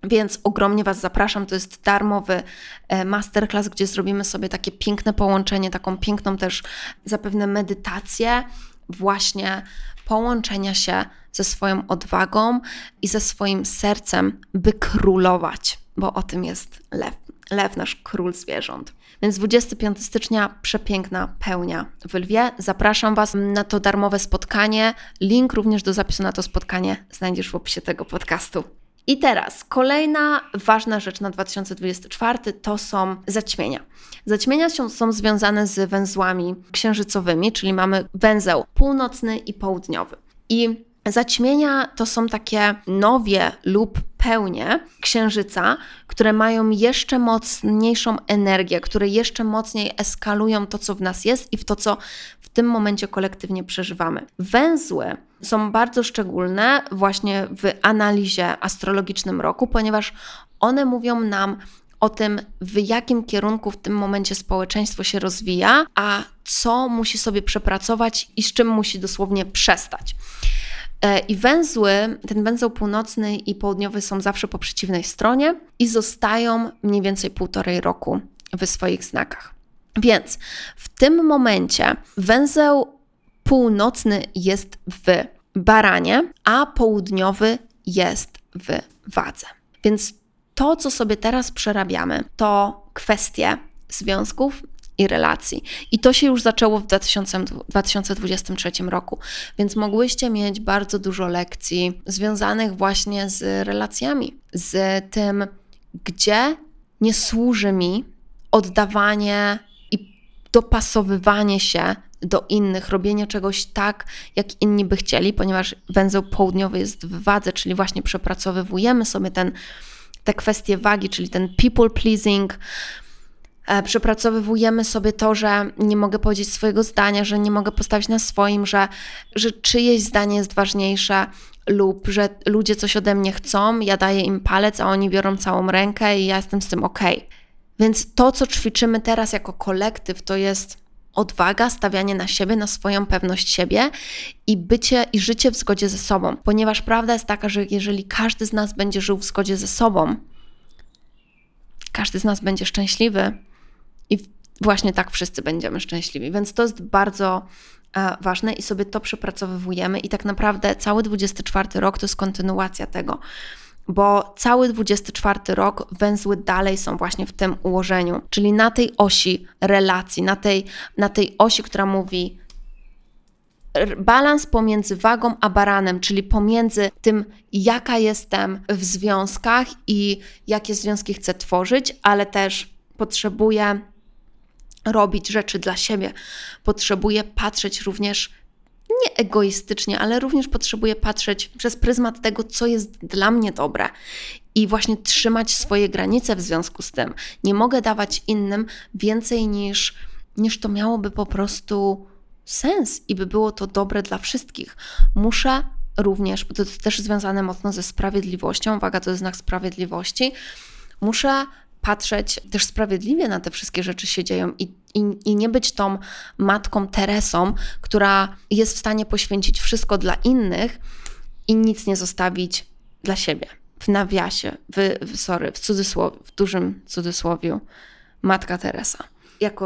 [SPEAKER 1] Więc ogromnie Was zapraszam, to jest darmowy masterclass, gdzie zrobimy sobie takie piękne połączenie, taką piękną też zapewne medytację właśnie połączenia się ze swoją odwagą i ze swoim sercem, by królować, bo o tym jest lew. Lew, nasz król zwierząt. Więc 25 stycznia, przepiękna pełnia w Lwie. Zapraszam Was na to darmowe spotkanie. Link również do zapisu na to spotkanie znajdziesz w opisie tego podcastu. I teraz kolejna ważna rzecz na 2024 to są zaćmienia. Zaćmienia są związane z węzłami księżycowymi, czyli mamy węzeł północny i południowy. I zaćmienia to są takie nowie lub pełnie księżyca, które mają jeszcze mocniejszą energię, które jeszcze mocniej eskalują to, co w nas jest i w to, co w tym momencie kolektywnie przeżywamy. Węzły są bardzo szczególne właśnie w analizie astrologicznym roku, ponieważ one mówią nam o tym, w jakim kierunku w tym momencie społeczeństwo się rozwija, a co musi sobie przepracować i z czym musi dosłownie przestać. I węzły, ten węzeł północny i południowy są zawsze po przeciwnej stronie i zostają mniej więcej 1,5 roku w swoich znakach. Więc w tym momencie węzeł północny jest w baranie, a południowy jest w wadze. Więc to, co sobie teraz przerabiamy, to kwestie związków i relacji. I to się już zaczęło w 2023 roku, więc mogłyście mieć bardzo dużo lekcji związanych właśnie z relacjami, z tym, gdzie nie służy mi oddawanie i dopasowywanie się do innych, robienie czegoś tak, jak inni by chcieli, ponieważ węzeł południowy jest w wadze, czyli właśnie przepracowujemy sobie te kwestie wagi, czyli ten people pleasing, przepracowujemy sobie to, że nie mogę powiedzieć swojego zdania, że nie mogę postawić na swoim, że czyjeś zdanie jest ważniejsze lub że ludzie coś ode mnie chcą, ja daję im palec, a oni biorą całą rękę i ja jestem z tym okej. Więc to, co ćwiczymy teraz jako kolektyw, to jest odwaga, stawianie na siebie, na swoją pewność siebie i bycie i życie w zgodzie ze sobą. Ponieważ prawda jest taka, że jeżeli każdy z nas będzie żył w zgodzie ze sobą, każdy z nas będzie szczęśliwy i właśnie tak wszyscy będziemy szczęśliwi. Więc to jest bardzo ważne i sobie to przepracowujemy i tak naprawdę cały 24 rok to jest kontynuacja tego, bo cały 24 rok węzły dalej są właśnie w tym ułożeniu, czyli na tej osi relacji, na tej osi, która mówi balans pomiędzy wagą a baranem, czyli pomiędzy tym, jaka jestem w związkach i jakie związki chcę tworzyć, ale też potrzebuję robić rzeczy dla siebie, potrzebuję patrzeć również nie egoistycznie, ale również potrzebuję patrzeć przez pryzmat tego, co jest dla mnie dobre i właśnie trzymać swoje granice w związku z tym. Nie mogę dawać innym więcej niż to miałoby po prostu sens i by było to dobre dla wszystkich. Muszę również, bo to jest też związane mocno ze sprawiedliwością, waga to jest znak sprawiedliwości, muszę patrzeć też sprawiedliwie na te wszystkie rzeczy się dzieją i nie być tą matką Teresą, która jest w stanie poświęcić wszystko dla innych i nic nie zostawić dla siebie. W nawiasie, w cudzysłowie, w dużym cudzysłowiu, matka Teresa. Jako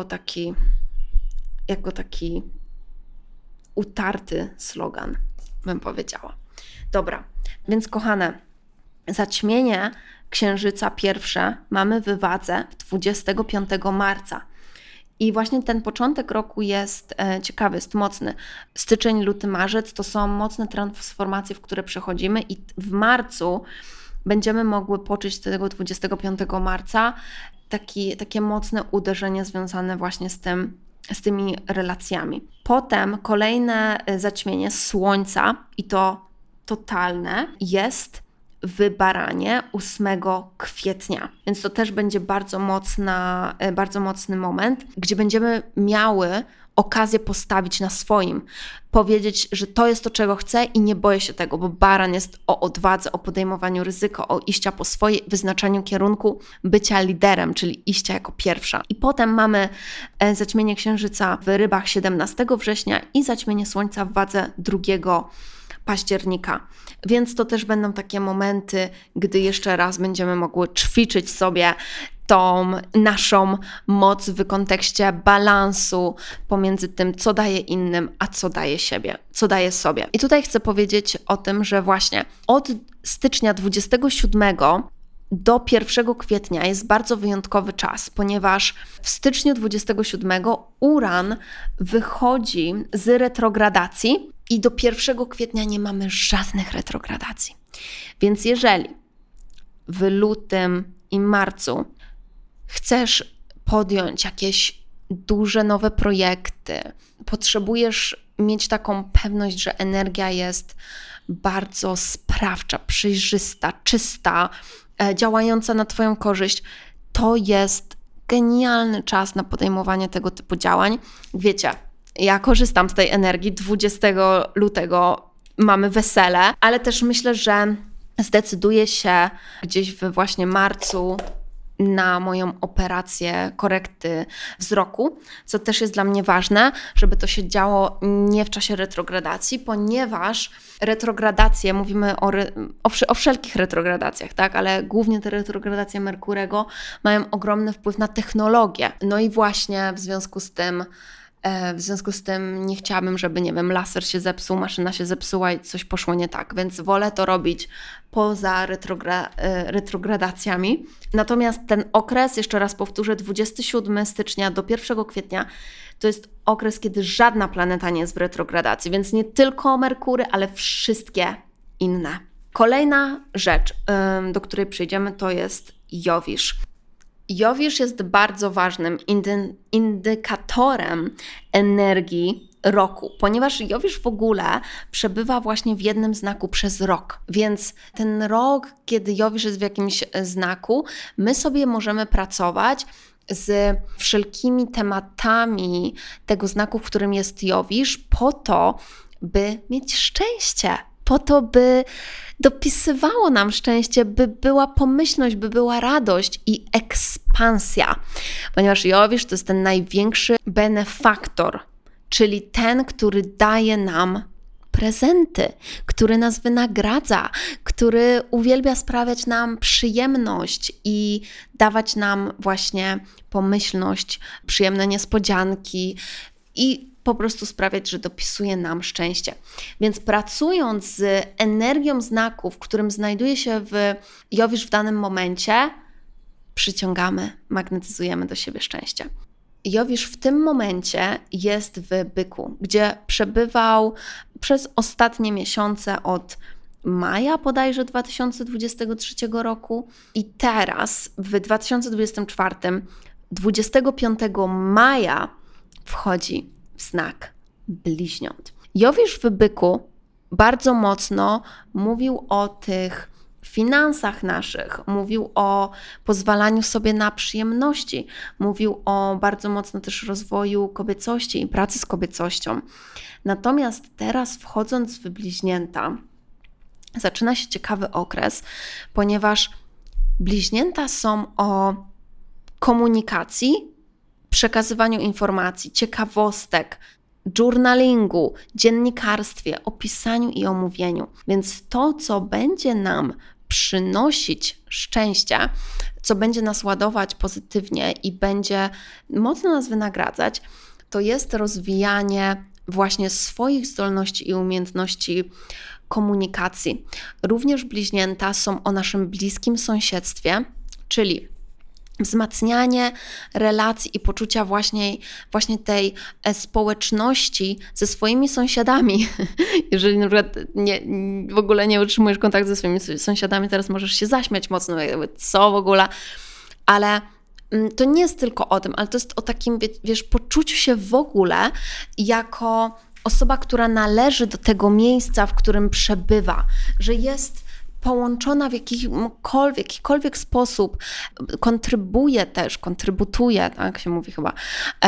[SPEAKER 1] taki utarty slogan, bym powiedziała. Dobra, więc kochane, zaćmienie księżyca pierwsze mamy w wadze 25 marca. I właśnie ten początek roku jest ciekawy, jest mocny. Styczeń, luty, marzec to są mocne transformacje, w które przechodzimy i w marcu będziemy mogły poczuć tego 25 marca takie mocne uderzenie związane właśnie z tymi relacjami. Potem kolejne zaćmienie Słońca i to totalne jest w baranie 8 kwietnia. Więc to też będzie bardzo mocny moment, gdzie będziemy miały okazję postawić na swoim, powiedzieć, że to jest to, czego chcę i nie boję się tego, bo baran jest o odwadze, o podejmowaniu ryzyka, o iścia po swoje, wyznaczaniu kierunku, bycia liderem, czyli iścia jako pierwsza. I potem mamy zaćmienie księżyca w rybach 17 września i zaćmienie słońca w wadze 2 października. Więc to też będą takie momenty, gdy jeszcze raz będziemy mogły ćwiczyć sobie tą naszą moc w kontekście balansu pomiędzy tym, co daje innym, a co daje sobie. I tutaj chcę powiedzieć o tym, że właśnie od stycznia 27 do 1 kwietnia jest bardzo wyjątkowy czas, ponieważ w styczniu 27 Uran wychodzi z retrogradacji i do 1 kwietnia nie mamy żadnych retrogradacji. Więc jeżeli w lutym i marcu chcesz podjąć jakieś duże nowe projekty, potrzebujesz mieć taką pewność, że energia jest bardzo sprawcza, przejrzysta, czysta, działająca na Twoją korzyść, to jest genialny czas na podejmowanie tego typu działań. Wiecie, ja korzystam z tej energii. 20 lutego mamy wesele, ale też myślę, że zdecyduję się gdzieś we właśnie marcu na moją operację korekty wzroku, co też jest dla mnie ważne, żeby to się działo nie w czasie retrogradacji, ponieważ retrogradacje, mówimy o wszelkich retrogradacjach, tak, ale głównie te retrogradacje Merkurego mają ogromny wpływ na technologię. No i właśnie w związku z tym nie chciałabym, żeby, nie wiem, laser się zepsuł, maszyna się zepsuła i coś poszło nie tak, więc wolę to robić poza retrogradacjami. Natomiast ten okres, jeszcze raz powtórzę, 27 stycznia do 1 kwietnia to jest okres, kiedy żadna planeta nie jest w retrogradacji, więc nie tylko Merkury, ale wszystkie inne. Kolejna rzecz, do której przejdziemy, to jest Jowisz. Jowisz jest bardzo ważnym indykatorem energii roku, ponieważ Jowisz w ogóle przebywa właśnie w jednym znaku przez rok. Więc ten rok, kiedy Jowisz jest w jakimś znaku, my sobie możemy pracować z wszelkimi tematami tego znaku, w którym jest Jowisz, po to, by mieć szczęście, po to, by dopisywało nam szczęście, by była pomyślność, by była radość i ekspansja. Ponieważ Jowisz to jest ten największy benefaktor, czyli ten, który daje nam prezenty, który nas wynagradza, który uwielbia sprawiać nam przyjemność i dawać nam właśnie pomyślność, przyjemne niespodzianki i po prostu sprawiać, że dopisuje nam szczęście. Więc pracując z energią znaku, w którym znajduje się Jowisz w danym momencie, przyciągamy, magnetyzujemy do siebie szczęście. Jowisz w tym momencie jest w Byku, gdzie przebywał przez ostatnie miesiące od maja bodajże 2023 roku i teraz w 2024, 25 maja wchodzi w znak bliźniąt. Jowisz w Byku bardzo mocno mówił o tych finansach naszych, mówił o pozwalaniu sobie na przyjemności, mówił o bardzo mocno też rozwoju kobiecości i pracy z kobiecością. Natomiast teraz, wchodząc w bliźnięta, zaczyna się ciekawy okres, ponieważ bliźnięta są o komunikacji, przekazywaniu informacji, ciekawostek, journalingu, dziennikarstwie, o pisaniu i o mówieniu. Więc to, co będzie nam przynosić szczęście, co będzie nas ładować pozytywnie i będzie mocno nas wynagradzać, to jest rozwijanie właśnie swoich zdolności i umiejętności komunikacji. Również bliźnięta są o naszym bliskim sąsiedztwie, czyli wzmacnianie relacji i poczucia właśnie tej społeczności ze swoimi sąsiadami. Jeżeli na przykład w ogóle nie utrzymujesz kontaktu ze swoimi sąsiadami, teraz możesz się zaśmiać mocno, jakby co w ogóle, ale to nie jest tylko o tym, ale to jest o takim, wiesz, poczuciu się w ogóle jako osoba, która należy do tego miejsca, w którym przebywa, że jest połączona w jakikolwiek sposób, kontrybutuje, tak się mówi chyba,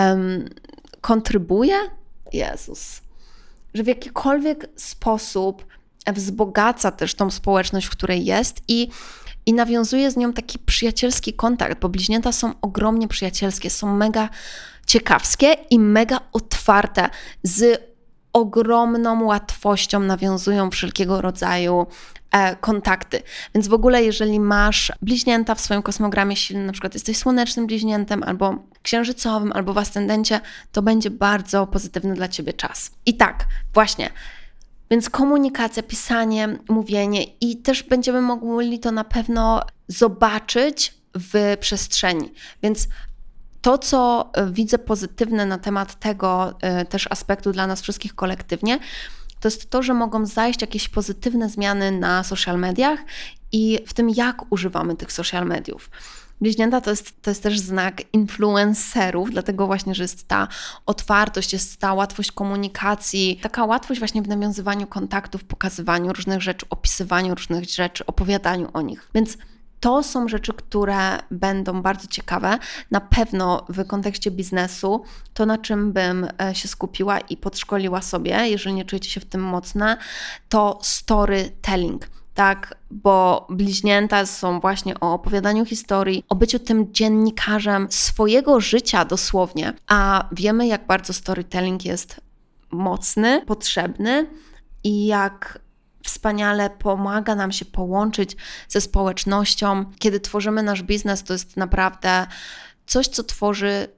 [SPEAKER 1] kontrybuje? Jezus. Że w jakikolwiek sposób wzbogaca też tą społeczność, w której jest i nawiązuje z nią taki przyjacielski kontakt, bo bliźnięta są ogromnie przyjacielskie, są mega ciekawskie i mega otwarte z ogromną łatwością nawiązują wszelkiego rodzaju kontakty. Więc w ogóle jeżeli masz bliźnięta w swoim kosmogramie silnym, na przykład jesteś słonecznym bliźniętem albo księżycowym, albo w ascendencie, to będzie bardzo pozytywny dla Ciebie czas. I tak, właśnie. Więc komunikacja, pisanie, mówienie i też będziemy mogli to na pewno zobaczyć w przestrzeni. Więc to, co widzę pozytywne na temat tego też aspektu dla nas wszystkich kolektywnie, to jest to, że mogą zajść jakieś pozytywne zmiany na social mediach i w tym, jak używamy tych social mediów. Bliźnięta to jest też znak influencerów, dlatego właśnie, że jest ta otwartość, jest ta łatwość komunikacji, taka łatwość właśnie w nawiązywaniu kontaktów, pokazywaniu różnych rzeczy, opisywaniu różnych rzeczy, opowiadaniu o nich. Więc to są rzeczy, które będą bardzo ciekawe. Na pewno w kontekście biznesu to, na czym bym się skupiła i podszkoliła sobie, jeżeli nie czujecie się w tym mocne, to storytelling. Tak, bo bliźnięta są właśnie o opowiadaniu historii, o byciu tym dziennikarzem swojego życia dosłownie, a wiemy, jak bardzo storytelling jest mocny, potrzebny i jak wspaniale pomaga nam się połączyć ze społecznością. Kiedy tworzymy nasz biznes, to jest naprawdę coś, co tworzy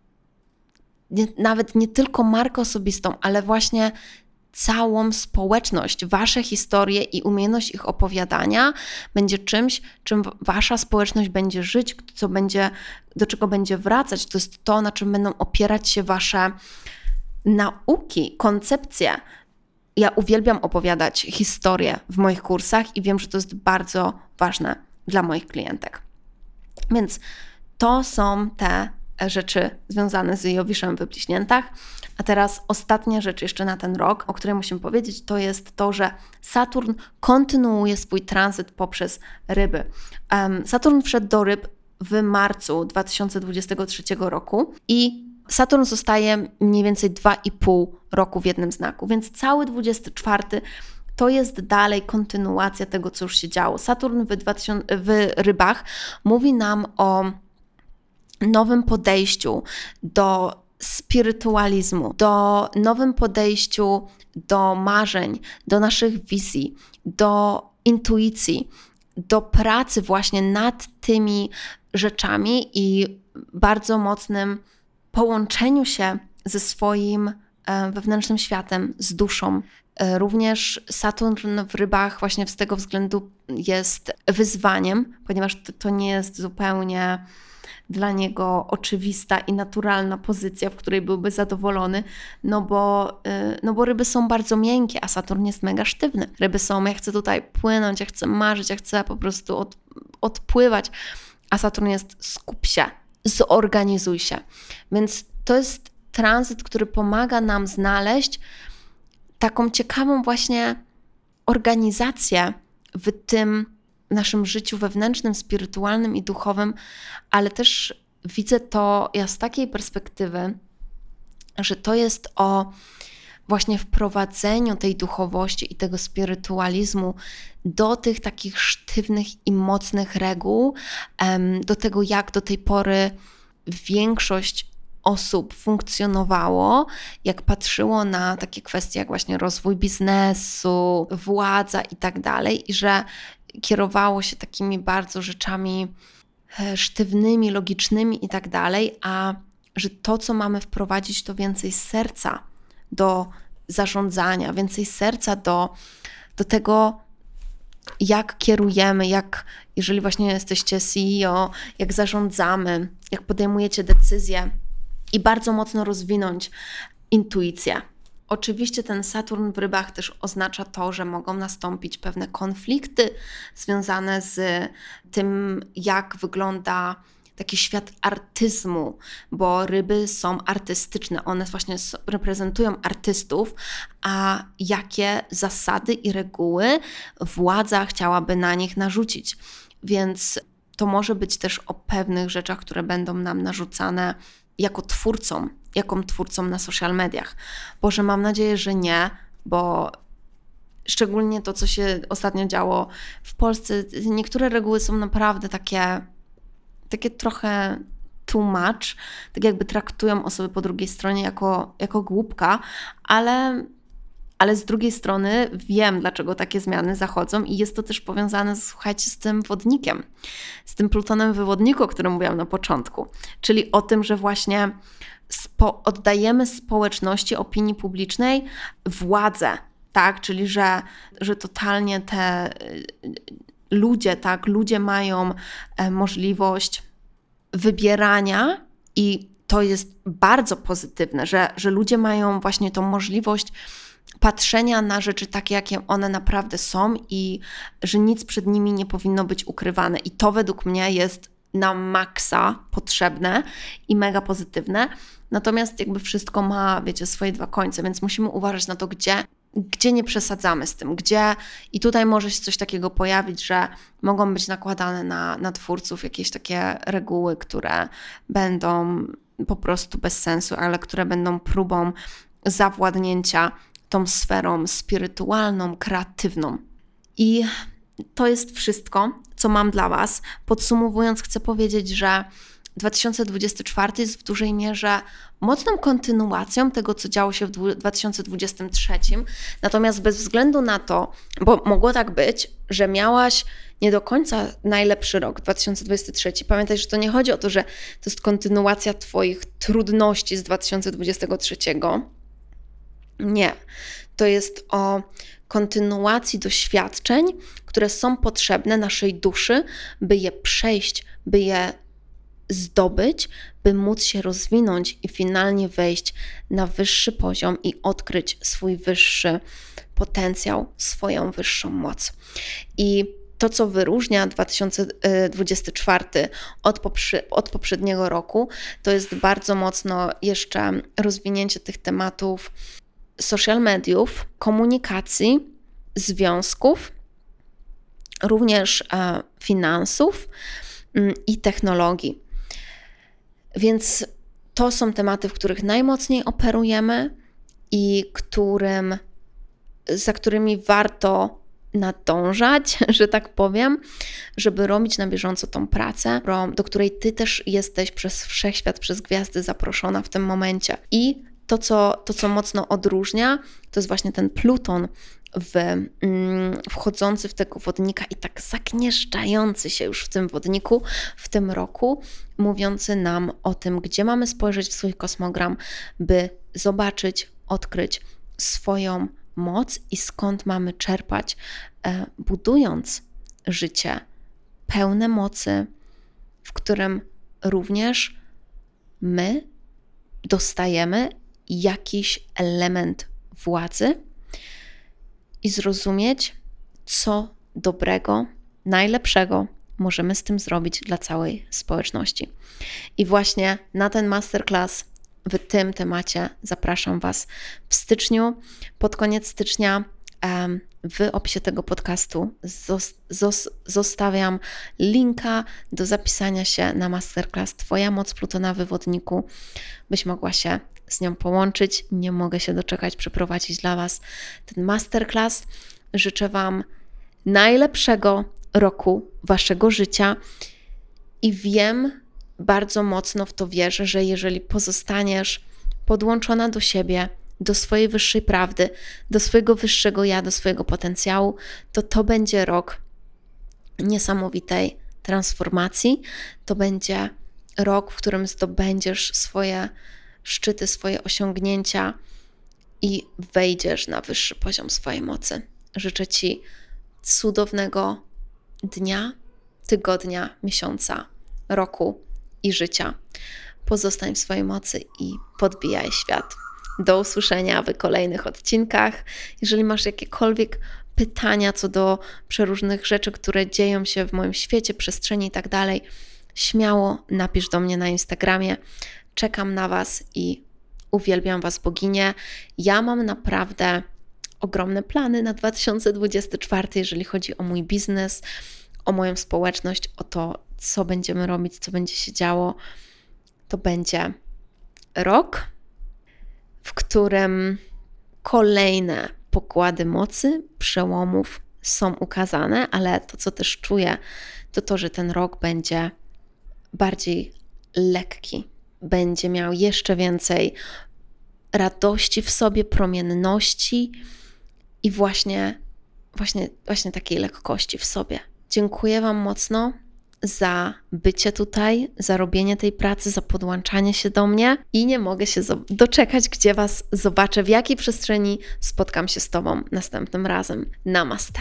[SPEAKER 1] nawet nie tylko markę osobistą, ale właśnie całą społeczność. Wasze historie i umiejętność ich opowiadania będzie czymś, czym wasza społeczność będzie żyć, do czego będzie wracać. To jest to, na czym będą opierać się wasze nauki, koncepcje. Ja uwielbiam opowiadać historie w moich kursach i wiem, że to jest bardzo ważne dla moich klientek. Więc to są te rzeczy związane z Jowiszem w Bliźniętach. A teraz ostatnia rzecz jeszcze na ten rok, o której musimy powiedzieć, to jest to, że Saturn kontynuuje swój tranzyt poprzez ryby. Saturn wszedł do ryb w marcu 2023 roku i Saturn zostaje mniej więcej 2,5 roku w jednym znaku, więc cały 24 to jest dalej kontynuacja tego, co już się działo. Saturn w rybach mówi nam o nowym podejściu do spirytualizmu, do nowym podejściu do marzeń, do naszych wizji, do intuicji, do pracy właśnie nad tymi rzeczami i bardzo mocnym połączeniu się ze swoim wewnętrznym światem, z duszą. Również Saturn w rybach właśnie z tego względu jest wyzwaniem, ponieważ to nie jest zupełnie dla niego oczywista i naturalna pozycja, w której byłby zadowolony, no bo ryby są bardzo miękkie, a Saturn jest mega sztywny. Ryby są, ja chcę tutaj płynąć, ja chcę marzyć, ja chcę po prostu odpływać, a Saturn jest skup się, zorganizuj się. Więc to jest tranzyt, który pomaga nam znaleźć taką ciekawą właśnie organizację w tym naszym życiu wewnętrznym, spirytualnym i duchowym, ale też widzę to ja z takiej perspektywy, że to jest o właśnie wprowadzeniu tej duchowości i tego spirytualizmu do tych takich sztywnych i mocnych reguł, do tego, jak do tej pory większość osób funkcjonowało, jak patrzyło na takie kwestie jak właśnie rozwój biznesu, władza i tak dalej, i że kierowało się takimi bardzo rzeczami sztywnymi, logicznymi i tak dalej, a że to, co mamy wprowadzić, to więcej serca do zarządzania, więcej serca do tego, jak kierujemy, jeżeli właśnie jesteście CEO, jak zarządzamy, jak podejmujecie decyzje i bardzo mocno rozwinąć intuicję. Oczywiście ten Saturn w rybach też oznacza to, że mogą nastąpić pewne konflikty związane z tym, jak wygląda taki świat artyzmu, bo ryby są artystyczne, one właśnie reprezentują artystów, a jakie zasady i reguły władza chciałaby na nich narzucić. Więc to może być też o pewnych rzeczach, które będą nam narzucane jako twórcom na social mediach. Boże, mam nadzieję, że nie, bo szczególnie to, co się ostatnio działo w Polsce, niektóre reguły są naprawdę takie trochę too much, tak jakby traktują osoby po drugiej stronie jako głupka, ale Ale z drugiej strony wiem, dlaczego takie zmiany zachodzą i jest to też powiązane, słuchajcie, z tym wodnikiem, z tym Plutonem w wodniku, o którym mówiłam na początku. Czyli o tym, że właśnie oddajemy społeczności, opinii publicznej władzę, tak? Czyli że totalnie te ludzie mają możliwość wybierania i to jest bardzo pozytywne, że ludzie mają właśnie tą możliwość patrzenia na rzeczy takie, jakie one naprawdę są i że nic przed nimi nie powinno być ukrywane. I to według mnie jest na maksa potrzebne i mega pozytywne. Natomiast jakby wszystko ma, wiecie, swoje dwa końce, więc musimy uważać na to, gdzie nie przesadzamy z tym, i tutaj może się coś takiego pojawić, że mogą być nakładane na twórców jakieś takie reguły, które będą po prostu bez sensu, ale które będą próbą zawładnięcia tą sferą spirytualną, kreatywną. I to jest wszystko, co mam dla Was. Podsumowując, chcę powiedzieć, że 2024 jest w dużej mierze mocną kontynuacją tego, co działo się w 2023. Natomiast bez względu na to, bo mogło tak być, że miałaś nie do końca najlepszy rok 2023. Pamiętaj, że to nie chodzi o to, że to jest kontynuacja Twoich trudności z 2023. Nie. To jest o kontynuacji doświadczeń, które są potrzebne naszej duszy, by je przejść, by je zdobyć, by móc się rozwinąć i finalnie wejść na wyższy poziom i odkryć swój wyższy potencjał, swoją wyższą moc. I to, co wyróżnia 2024 od poprzedniego roku, to jest bardzo mocno jeszcze rozwinięcie tych tematów social mediów, komunikacji, związków, również finansów i technologii. Więc to są tematy, w których najmocniej operujemy i za którymi warto nadążać, że tak powiem, żeby robić na bieżąco tą pracę, do której Ty też jesteś przez wszechświat, przez gwiazdy zaproszona w tym momencie. I to, co mocno odróżnia, to jest właśnie ten Pluton wchodzący w tego wodnika i tak zagnieżdżający się już w tym wodniku w tym roku, mówiący nam o tym, gdzie mamy spojrzeć w swój kosmogram, by zobaczyć, odkryć swoją moc i skąd mamy czerpać, budując życie pełne mocy, w którym również my dostajemy jakiś element władzy i zrozumieć, co dobrego, najlepszego możemy z tym zrobić dla całej społeczności. I właśnie na ten masterclass w tym temacie zapraszam Was w styczniu. Pod koniec stycznia w opisie tego podcastu zostawiam linka do zapisania się na masterclass Twoja moc Plutona w wodniku, byś mogła się z nią połączyć. Nie mogę się doczekać przeprowadzić dla Was ten masterclass. Życzę Wam najlepszego roku Waszego życia i wiem, bardzo mocno w to wierzę, że jeżeli pozostaniesz podłączona do siebie, do swojej wyższej prawdy, do swojego wyższego ja, do swojego potencjału, to będzie rok niesamowitej transformacji. To będzie rok, w którym zdobędziesz swoje szczyty, swoje osiągnięcia i wejdziesz na wyższy poziom swojej mocy. Życzę Ci cudownego dnia, tygodnia, miesiąca, roku i życia. Pozostań w swojej mocy i podbijaj świat. Do usłyszenia w kolejnych odcinkach. Jeżeli masz jakiekolwiek pytania co do przeróżnych rzeczy, które dzieją się w moim świecie, przestrzeni i tak dalej, śmiało napisz do mnie na Instagramie. Czekam na Was i uwielbiam Was, boginie. Ja mam naprawdę ogromne plany na 2024, jeżeli chodzi o mój biznes, o moją społeczność, o to, co będziemy robić, co będzie się działo. To będzie rok, w którym kolejne pokłady mocy, przełomów są ukazane, ale to, co też czuję, to, że ten rok będzie bardziej lekki, będzie miał jeszcze więcej radości w sobie, promienności i właśnie takiej lekkości w sobie. Dziękuję Wam mocno za bycie tutaj, za robienie tej pracy, za podłączanie się do mnie i nie mogę się doczekać, gdzie Was zobaczę, w jakiej przestrzeni spotkam się z Tobą następnym razem. Namaste.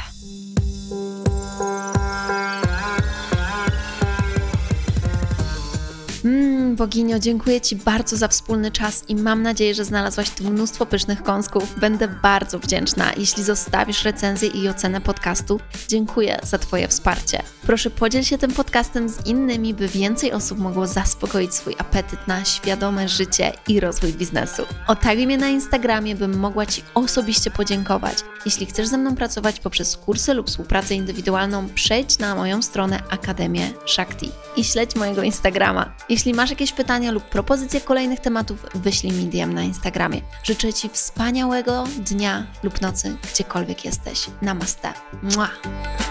[SPEAKER 1] Boginio, dziękuję Ci bardzo za wspólny czas i mam nadzieję, że znalazłaś tu mnóstwo pysznych kąsków. Będę bardzo wdzięczna, jeśli zostawisz recenzję i ocenę podcastu. Dziękuję za Twoje wsparcie. Proszę podziel się tym podcastem z innymi, by więcej osób mogło zaspokoić swój apetyt na świadome życie i rozwój biznesu. Otaguj mnie na Instagramie, bym mogła Ci osobiście podziękować. Jeśli chcesz ze mną pracować poprzez kursy lub współpracę indywidualną, przejdź na moją stronę Akademię Shakti i śledź mojego Instagrama. Jeśli masz jakieś pytania lub propozycje kolejnych tematów, wyślij mi DM na Instagramie. Życzę Ci wspaniałego dnia lub nocy, gdziekolwiek jesteś. Namaste. Mua.